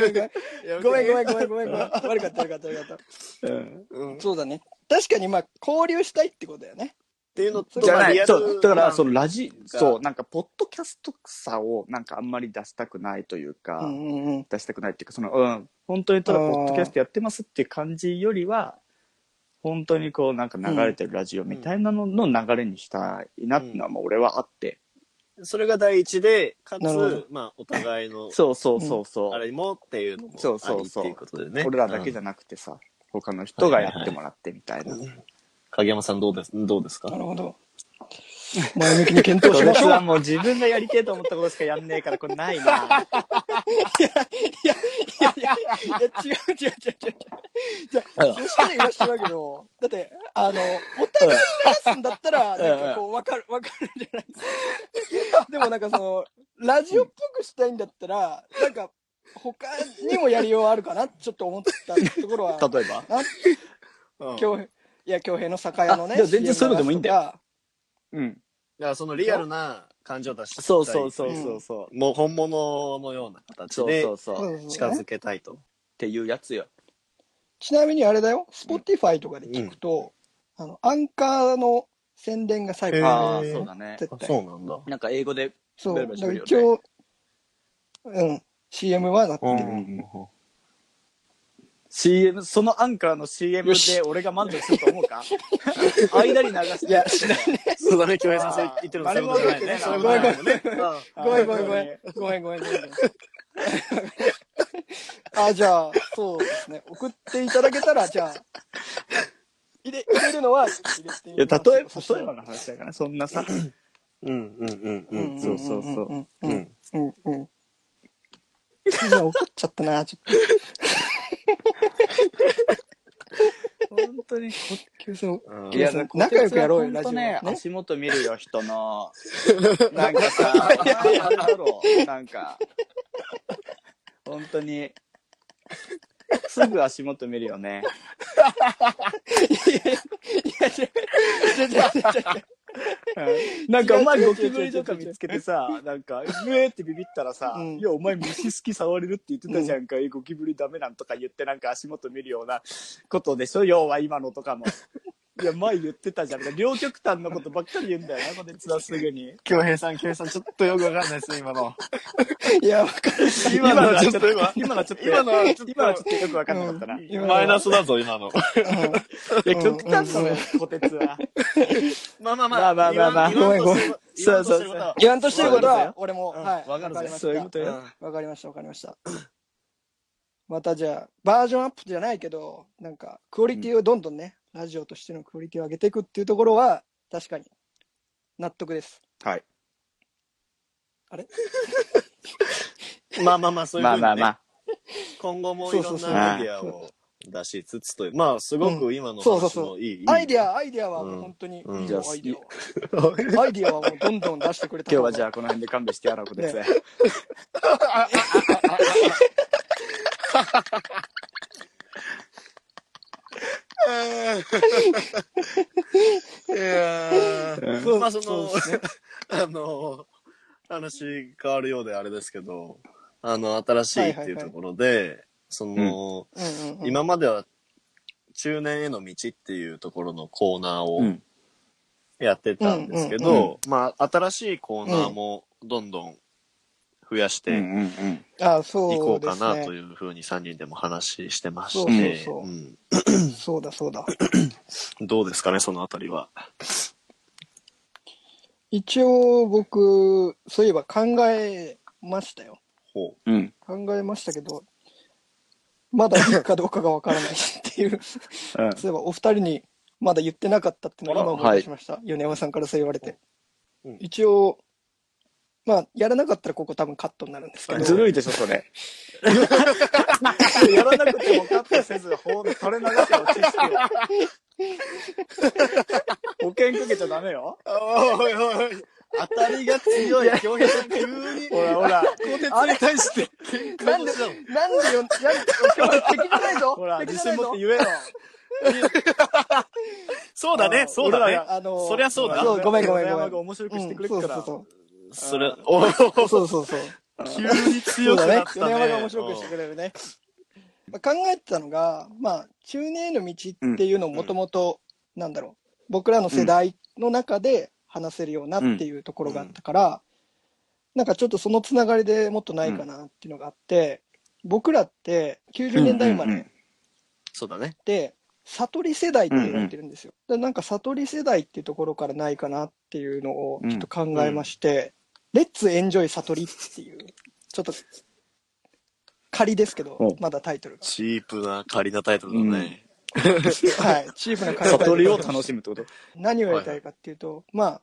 悪かった。そうだね。確かにまあ、交流したいってことだよね。 っていうのと、 じゃない。そう、だからそのなんかポッドキャストさをなんかあんまり出したくないというか、出したくないっていうか、その本当にただポッドキャストやってますっていう感じよりは、本当にこうなんか流れてるラジオみたいなのの流れにしたいなっていうのはもう俺はあって。 それが第一で、かつ、まあお互いの、 そうあれもっていうのもありっていうことでね。 俺らだけじゃなくてさ、他の人がやってもらってみたいな。 影山さんどうですか？ なるほど。 前向きに検討しましょう。 はもう自分がやりてえと思ったことしかやんねえから、これないな。 いや、違う。じゃあ、そしたら言わしてるわけど、だって、お互いに話すんだったら、なんかこう、わかるじゃないですか。でもなんかラジオっぽくしたいんだったら、なんか、他にもやりようあるかなちょっと思ったところは。 例えば恭平の酒屋のね。 全然そういうのでもいいんだよ。 うん。だからそのリアルな感情を出してそう。 もう本物のような形で近づけたいと。 っていうやつよ。 ちなみにあれだよ、Spotify とかで聞くと、アンカーの宣伝が最後にああ、そうだね。 そうなんだ。 なんか英語で、 そう、一応、CM はなってる。 CM、そのアンカーの CM で俺が満足すると思うか間に流して。いや、しないね。 そうだね、京平さん言ってるのそういうことじゃないね。 ごめん。じゃあ、そうですね。送っていただけたら、じゃあ、入れるのは入れてみます。 いや、例えばの話だから、そんなさ。 そう。 怒っちゃったな、ちょっと。 本当に。 いや、仲良くやろうよ、ラジオ。 ね、足元見るよ、人の。なんかさ、あれだろう、なんか。本当に。すぐ足元見るよね。なんかお前ゴキブリとか見つけてさ、なんか、ってビビったらさ、いやお前虫好き触れるって言ってたじゃんか、ゴキブリダメなんとか言ってなんか足元見るようなことでしょ、要は今のとかも。いや、前言ってたじゃん。両極端のことばっかり言うんだよな、こてつはすぐに。 京平さん、ちょっとよくわかんないですね、今の。 いや、わかる。 今のはちょっとよくわかんなかったな。 マイナスだぞ、今の。 いや、極端なのよ、こてつは。 まあ。 ごめん。 そう。 言わんとしてることは、俺も、はい。 わかるぜ。 そういうことよ。 わかりました。またじゃあ、バージョンアップじゃないけど、なんか、クオリティをどんどんね、ラジオとしてのクオリティを上げていくっていうところは、確かに、納得です。 はい。 あれまあ、そういうふうにね。 まあ。 今後もいろんなアイディアを出しつつという、まあ、すごく今の話もいい。 アイディアはもう本当にいいよ、アイディアはもうどんどん出してくれた。 今日はじゃあこの辺で勘弁してやろう、こてつ。 まあ話変わるようであれですけど、新しいっていうところで、今までは中年への道っていうところのコーナーをやってたんですけど、まあ新しいコーナーもどんどん増やしていこうかなというふうに3人でも話してまして、 そうだ。 どうですかね、そのあたりは。 一応僕、そういえば考えましたよ。 考えましたけど、まだいいかどうかがわからないっていう、そういえばお二人にまだ言ってなかったっていうのを今思い出しました。米山さんからそう言われて。一応、まあ、やらなかったらここ多分カットになるんですけど。 ずるいでしょ、それ。やらなくてもカットせず、垂れ流せよ、知識を。保険かけちゃダメよ。 おい。当たりが強い。京平さん急に。 ほら。 こてつに対して喧嘩なんでよ、今日敵じゃないぞ。 ほら、自信持って言えよ。 そうだね。そりゃそうだ。 ごめん。 面白くしてくれるから。 そう。 急に強くなったね。 米山が面白くしてくれるね。考えてたのが、まあ、中年への道っていうのをもともと、なんだろう、僕らの世代の中で話せるようなっていうところがあったから、なんかちょっとそのつながりでもっとないかなっていうのがあって、僕らって90年代生まれそうだね。 で、悟り世代って言われてるんですよ。なんか悟り世代っていうところからないかなっていうのをちょっと考えまして、レッツエンジョイ悟りっていう、ちょっと仮ですけど、まだタイトルが。 チープな仮なタイトルだね。 はい、チープな仮なタイトル。 悟りを楽しむってこと？ 何をやりたいかっていうと、まあ、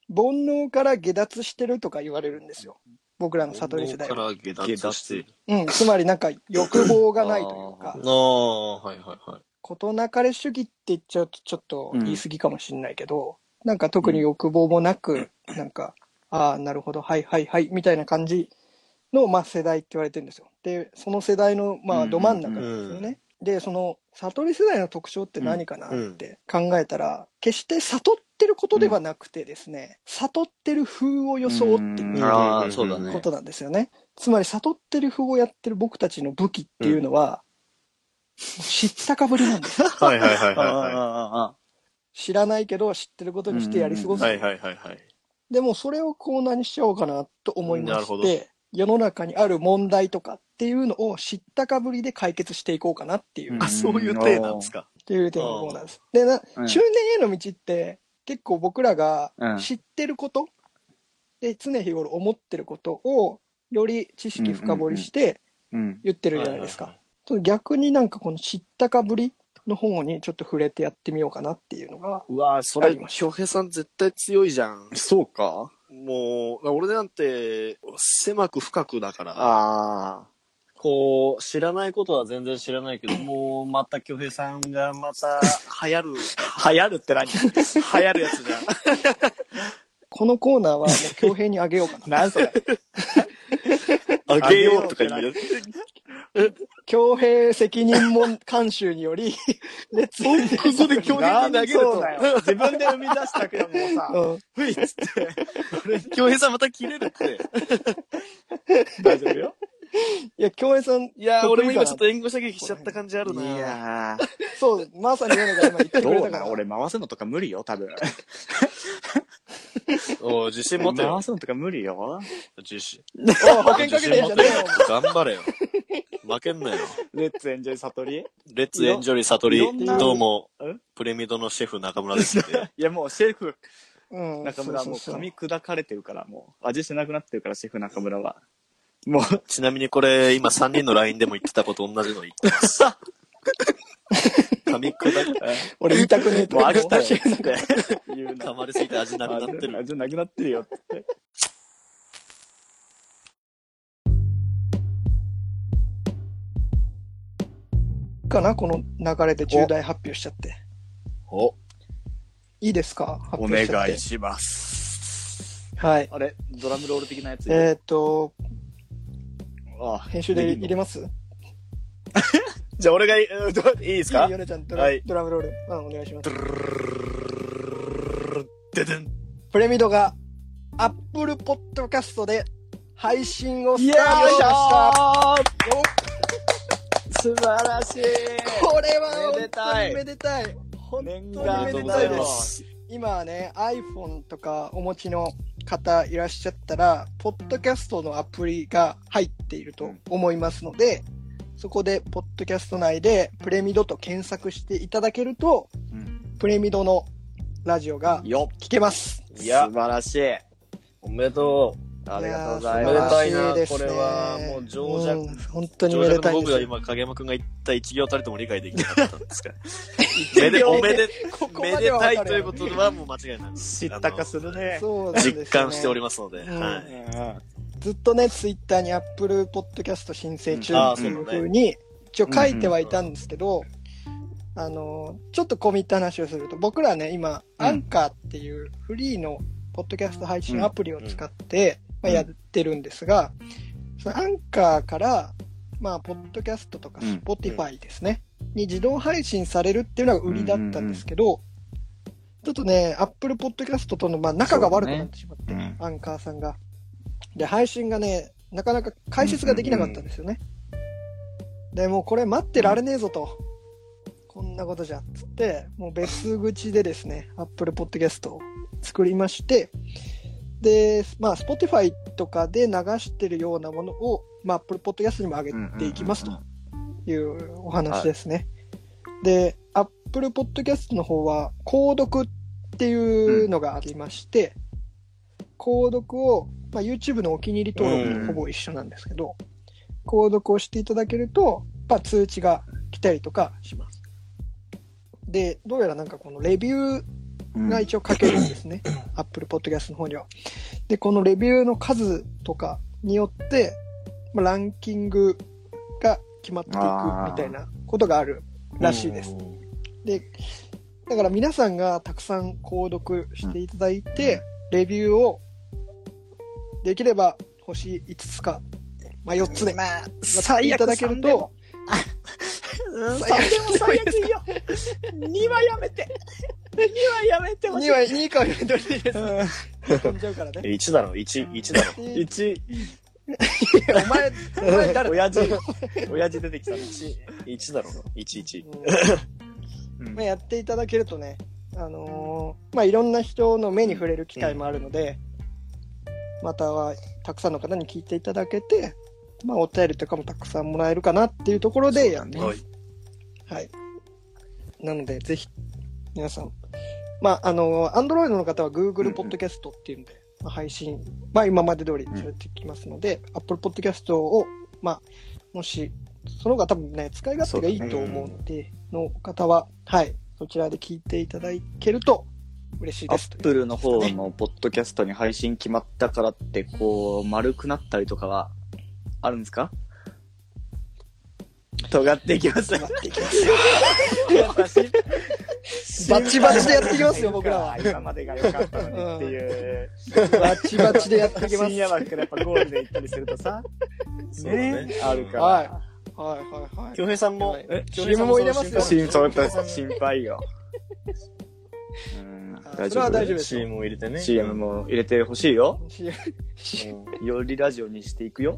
煩悩から下脱してるとか言われるんですよ。僕らの悟り世代は。 煩悩から下脱してる。 うん、つまりなんか欲望がないというか。 はいはいはい。 事なかれ主義って言っちゃうとちょっと言い過ぎかもしれないけど、なんか特に欲望もなく、なんか、ああ、なるほど、はいはいはい、みたいな感じの、まあ世代って言われてるんですよ。で、その世代の、まあど真ん中なんですよね。で、その悟り世代の特徴って何かなって考えたら、決して悟ってることではなくてですね、悟ってる風を装っていることなんですよね。つまり悟ってる風をやってる僕たちの武器っていうのは、知ったかぶりなんですよ。 はいはいはいはい。知らないけど知ってることにしてやり過ごす。 はいはいはいはい。 でもそれをコーナーにしちゃおうかなと思いまして、世の中にある問題とかっていうのを知ったかぶりで解決していこうかなっていう。 あ、そういう体なんですか。 っていう点のコーナーです。で、中年への道って結構僕らが知ってること、で常日頃思ってることをより知識深掘りして言ってるじゃないですか。逆になんかこの知ったかぶりの方にちょっと触れてやってみようかなっていうのが。 うわぁ、それ、京平さん絶対強いじゃん。 そうか？ もう、俺なんて、狭く深くだから。 ああ。 こう、知らないことは全然知らないけど、もう、また京平さんがまた、流行る。 流行るって何？ 流行るやつじゃん。 このコーナーはもう京平にあげようかな。 何それ？ あげようとか言う。 京平責任問監修により、 ここで京平に投げると。 自分で生み出したけどもさ、ふいっつって。 京平さんまた切れるって。 大丈夫よ。 いや、京平さん。 いや、俺も今ちょっと援護射撃しちゃった感じあるな。 いやそう、まさに今のが今言ってくれたから。 俺回すのとか無理よ、多分。 お自信持てよ。 回すのとか無理よ。 自信。 保険かけてんじゃねえよ。 頑張れよ。負けんなよ。 レッツエンジョイ悟り？ レッツエンジョイ悟り。どうも、プレミドのシェフ中村ですって。 いやもうシェフ、中村はもう噛み砕かれてるから、もう味しなくなってるから、シェフ中村は。もう。 ちなみにこれ、今3人の LINE でも言ってたこと同じの言ってます。噛み砕け。 俺言いたくねえと。 もう飽きたよって言うな。噛まれすぎて味なくなってる。 味なくなってるよって。 かなこの流れで重大発表しちゃって。いいですか？ 発表しちゃって。お願いします。 はい。 あれドラムロール的なやつ。 編集で入れます？ じゃあ俺がいいですか？ いいよねちゃんドラムロール。お願いします。プレミドが Apple Podcast で配信をスタートしました。 素晴らしい。 これは本当にめでたい。本当にめでたいです。今ね iPhone とかお持ちの方いらっしゃったらポッドキャストのアプリが入っていると思いますので、そこでポッドキャスト内でプレミドと検索していただけると、プレミドのラジオが聞けます。 いや素晴らしい。 おめでとう。 ありがとうございます。 おめでたいな、これはもう情弱。 本当にめでたいです。 僕が今影山くんが言った一行たりとも理解できなかったんですか。めでたいということはもう間違いない。 知ったかするね。 実感しておりますので。 ずっとね、ツイッターに Apple Podcast 申請中っていう風に一応書いてはいたんですけど、ちょっと込み入った話をすると、僕らね、今、アンカーっていうフリーのポッドキャスト配信アプリを使って、やってるんですが、そのアンカーから、ポッドキャストとか Spotify ですね、に自動配信されるっていうのが売りだったんですけど、ちょっとね、Apple Podcast との仲が悪くなってしまって、アンカーさんが。で、配信がね、なかなか解説ができなかったんですよね。で、もうこれ待ってられねえぞと。こんなことじゃ、つって、もう別口でですね、Apple Podcast を作りまして、で、Spotify とかで流してるようなものを、Apple Podcast にも上げていきますというお話ですね。で、Apple Podcast の方は、購読っていうのがありまして、購読を、YouTube のお気に入り登録とほぼ一緒なんですけど、購読をしていただけると、通知が来たりとかします。で、どうやらこのレビューが一応書けるんですね。Apple Podcast の方には。で、このレビューの数とかによって、ランキングが決まっていくみたいなことがあるらしいです。で、だから皆さんがたくさん購読していただいて、レビューをできれば星5つか、4つで、 最悪いただけると、最悪いいよ。2はやめて。2はやめてほしい。 2以下はやめてほしいです。飛んじゃうからね。 1だろ、1だろ。 1。 お前誰親父出てきたの。 1だろ、1。 やっていただけるとね、いろんな人の目に触れる機会もあるので、またはたくさんの方に聞いていただけて、お便りとかもたくさんもらえるかなっていうところでやってます。はい。なので、ぜひ、皆さん、Android の方は Google Podcast っていうので、配信、今まで通りされてきますので、Apple Podcast を、もし、その方が多分ね、使い勝手がいいと思うので、の方は、はい、そちらで聞いていただけると嬉しいです。 Apple の方のポッドキャストに配信決まったからって、丸くなったりとかはあるんですか？尖っていきます。尖っていきますよ。 バチバチでやっていきますよ、僕らは。 今までが良かったのにっていう。 バチバチでやっていきます。 深夜枠からやっぱゴールで行ったりするとさ。 ね。 あるから。 はい。 京平さんも、 CM も入れますよ。 心配よ。 それは大丈夫です。 CM も入れてね。 CM も入れてほしいよ。よりラジオにしていくよ。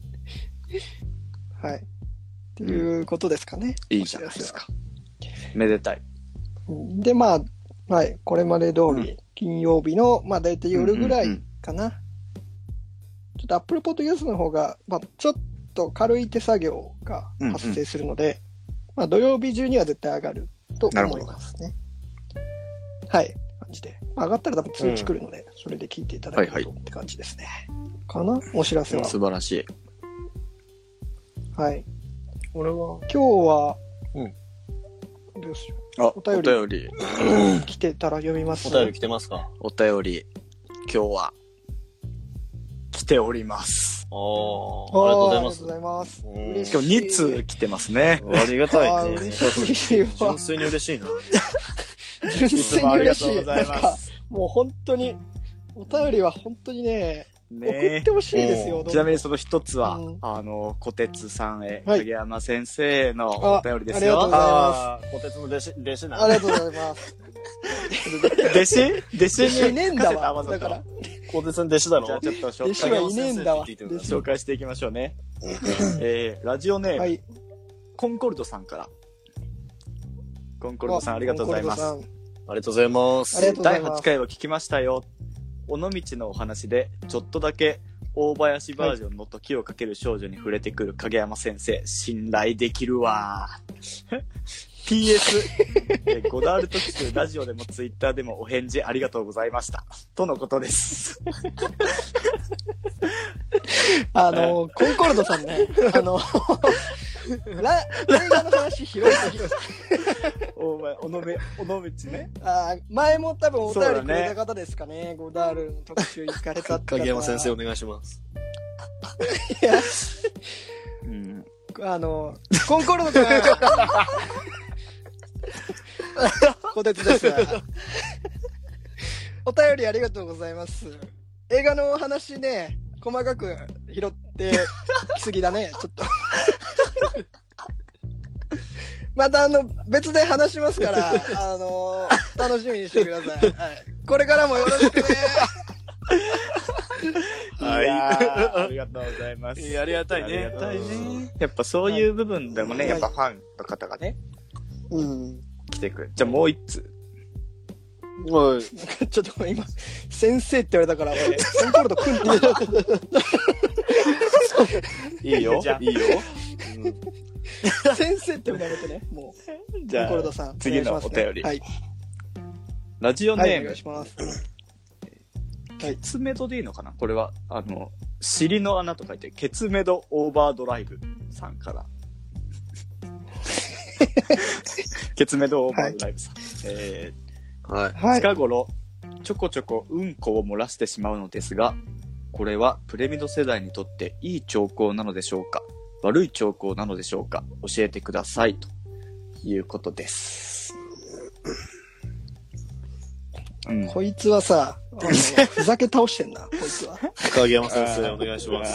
はい。っていうことですかね。 いいじゃないですか。めでたい。 で、はい。これまで通り、金曜日の、だいたい夜ぐらいかな。ちょっと Apple Podcast の方が、ちょっと軽い手作業が発生するので、土曜日中には絶対上がると思いますね。はい。感じで。上がったら多分通知来るので、それで聞いていただけるとって感じですね。かな？お知らせは。 素晴らしい。 はい。 俺は今日は、どうしよう。お便り来てたら読みます。 お便り来てますか？ お便り、今日は、来ております。 ありがとうございます。 ありがとうございます。 しかも2通来てますね。 ありがたいね。 嬉しいわ。 純粋に嬉しいな。 純粋に嬉しい。 ありがとうございます。 もう本当に、お便りは本当にね、送ってほしいですよ。 ちなみにその一つは、小鉄さんへ、影山先生のお便りですよ。 ありがとうございます。 小鉄の弟子な。 ありがとうございます。 弟子にいねえんだわ。だから。 小鉄の弟子だろ？ じゃあちょっと弟子はいねえんだわ。 紹介していきましょうね。ラジオネーム、コンコルドさんから。コンコルドさんありがとうございます。 ありがとうございます。 第8回は聞きましたよ。尾道のお話でちょっとだけ大林バージョンの時をかける少女に触れてくる影山先生、信頼できるわ。PS、ゴダール特集ラジオでもツイッターでもお返事ありがとうございましたとのことです。 コンコルドさんね、映画の話広いと広い。 尾道ね。 前も多分お便りくれた方ですかね。ゴダールの特集行かれたって方。 影山先生お願いします。 いや、コンコルド君。小鉄です。お便りありがとうございます。映画の話ね、細かく拾ってきすぎだね、ちょっと。また別で話しますから、楽しみにしてください。はい、これからもよろしくね。 はい、ありがとうございます。 ありがたいね。 やっぱそういう部分でもね、やっぱファンの方がね、来てくれ。じゃあもう一つ。 ちょっと今、先生って言われたから、俺、コンコルドくんっていいよ。いいよ。 先生って呼んであげてね、もう。 じゃあ、 コンコルドさん次のお便り。 はい。 ラジオネーム。 お願いします。 ケツメドでいいのかなこれは、尻の穴と書いて、ケツメドオーバードライブさんから。ケツメドオーバードライブさん。 はい。 近頃、ちょこちょこうんこを漏らしてしまうのですが、これはプレミド世代にとっていい兆候なのでしょうか、悪い兆候なのでしょうか、教えてくださいということです。 こいつはさ、ふざけ倒してんな、こいつは。 影山先生、お願いします。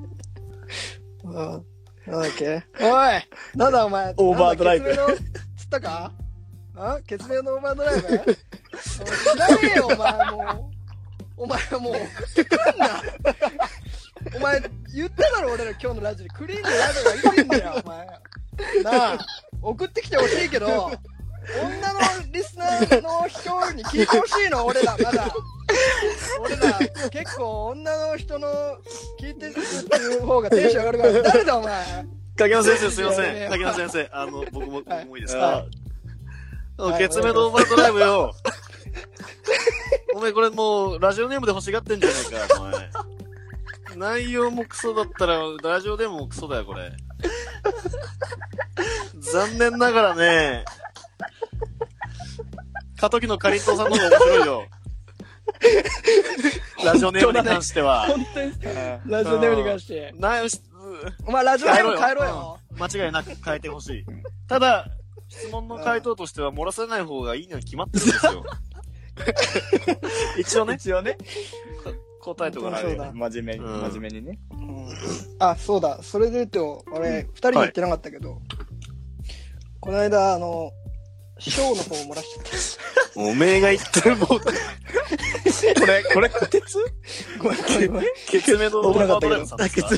なんだっけ、おい、なんだお前、 オーバードライブ。 つったか？ケツメのオーバードライブ？知らねえよ、お前もう。お前はもう、送ってくんな。お前、言っただろ、俺ら今日のラジオで。クリーンのラジオがいいんだよ、お前。なあ、送ってきてほしいけど、女のリスナーの人に聞いてほしいの、俺ら、まだ。俺ら、結構女の人の聞いてるっていう方がテンション上がるから、誰だ、お前。 影山先生、すいません。影山先生、僕もいいですか？ケツメのオーバードライブよ。お前これもう、ラジオネームで欲しがってんじゃねえか、お前。内容もクソだったら、ラジオネームもクソだよ、これ。残念ながらね、過渡期のかりんとうさんの方が面白いよ。ラジオネームに関しては。 本当に、ラジオネームに関して。お前ラジオネーム変えろよ。 間違いなく変えてほしい。ただ、質問の回答としては漏らさない方がいいのに決まってるんですよ。一応ね。答えとかない。 真面目にね。 あ、そうだ。それで言うと、俺、二人に言ってなかったけど、この間、ショーの方を漏らしちゃった。 おめえが言ってるもん。これ、こてつ？ ごめん。 ケツメのオーバードライブさんですか？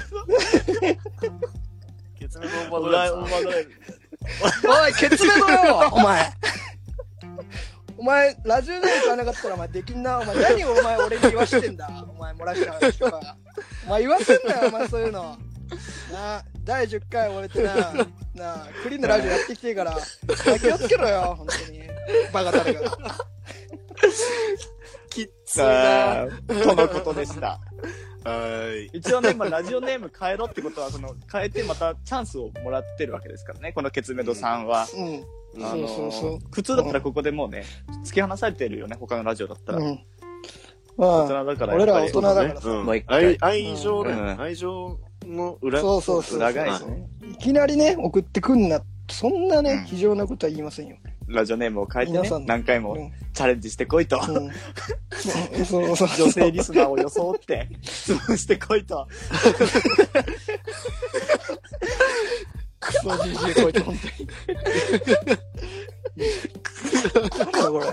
ケツメのオーバードライブ。 おい、ケツメのよお前。お前、ラジオネーム買わなかったらお前できんな。お前、何をお前俺に言わしてんだ。お前、漏らした人が。お前言わせんなよ、お前そういうの。なあ、第10回終えてなあ、クリーンのラジオやってきてから、気をつけろよ、本当に。バカたれが。 きっついなとのことでした。 はい。 一応ね、ラジオネーム変えろってことは、変えてまたチャンスをもらってるわけですからね、このケツメドさんは。そう。普通だったらここでもうね、突き放されてるよね、他のラジオだったら。 まあ、俺らは大人だからさ。 愛情の裏返しね。いきなりね、送ってくんな。そんなね、非常なことは言いませんよ。 ラジオネームを変えてね、何回もチャレンジしてこいと。 そう。 女性リスナーを装って質問してこいと。 クソじじいこいて、ほんとに。なんだこ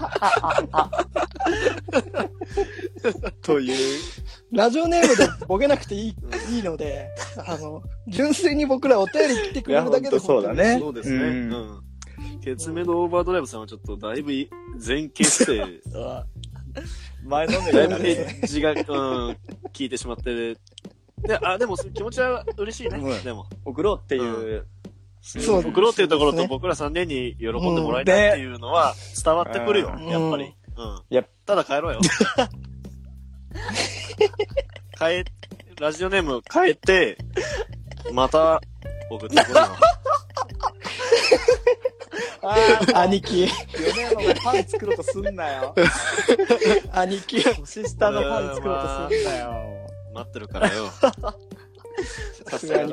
れ。 という。 ラジオネームでボケなくていいので、純粋に僕らお便り来てくれるだけでそうだね。 そうですね。ケツメのオーバードライブさんはちょっとだいぶ前傾姿勢。 前のめりだいぶエッジが、聞いてしまって。でも気持ちは嬉しいね。でも。 送ろうっていう。 そう。 送ろうっていうところと僕ら3人に喜んでもらいたいっていうのは伝わってくるよ。やっぱり。ただ帰ろうよ。ラジオネーム変えて、また送ってこいよ。 兄貴。 4年のパン作ろうとすんなよ。 兄貴。 年下のパン作ろうとすんなよ。 待ってるからよ。 さすがに。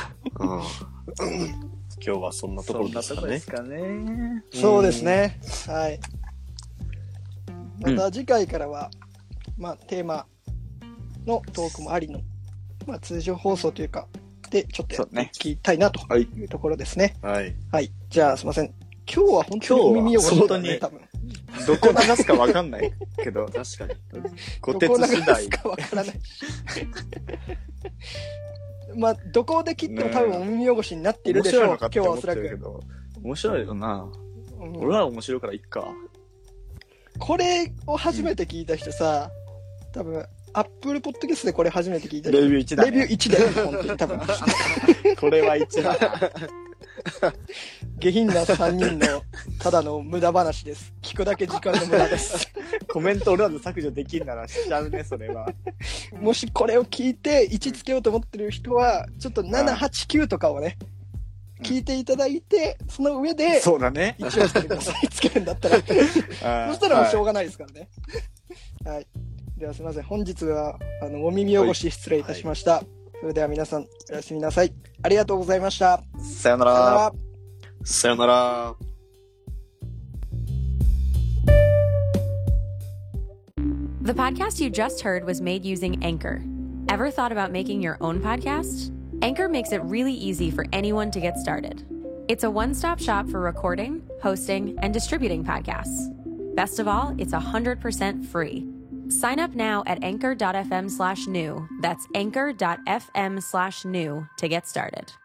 今日はそんなところですかね。 そうですね。はい。また次回からは、テーマのトークもありの、通常放送というか、で、ちょっと聞きたいなというところですね。 はい。 はい。じゃあ、すいません。今日は本当にお耳汚しだね、多分。 どこ流すかわかんないけど。 確かに。 こてつ次第。 どこ流すかわからないし。どこで切っても多分お耳汚しになっているでしょう。今日はおそらく。 面白いよな。俺は面白いからいっか。 これを初めて聞いた人さ、多分、Apple Podcast でこれ初めて聞いた人。 レビュー1だね。 レビュー1だよ、本当に多分。 これは1だな。 下品な3人のただの無駄話です。聞くだけ時間の無駄です。 コメント俺らで削除できんならしちゃうね、それは。 もしこれを聞いて1つけようと思ってる人は、ちょっと7、8、9とかをね、 聞いていただいて、その上で、 そうだね。 一応つけてください。つけるんだったら。そしたらもうしょうがないですからね。はい。ではすみません。本日は、お耳汚し失礼いたしました。はい、それでは皆さん、おやすみなさい。ありがとうございました。 さよなら。 さよなら。 The podcast you just heard was made using Anchor. Ever thought about making your own podcast? Anchor makes it really easy for anyone to get started. It's a one-stop shop for recording, hosting, and distributing podcasts. Best of all, it's 100% free. Sign up now at anchor.fm/new. That's anchor.fm/new to get started.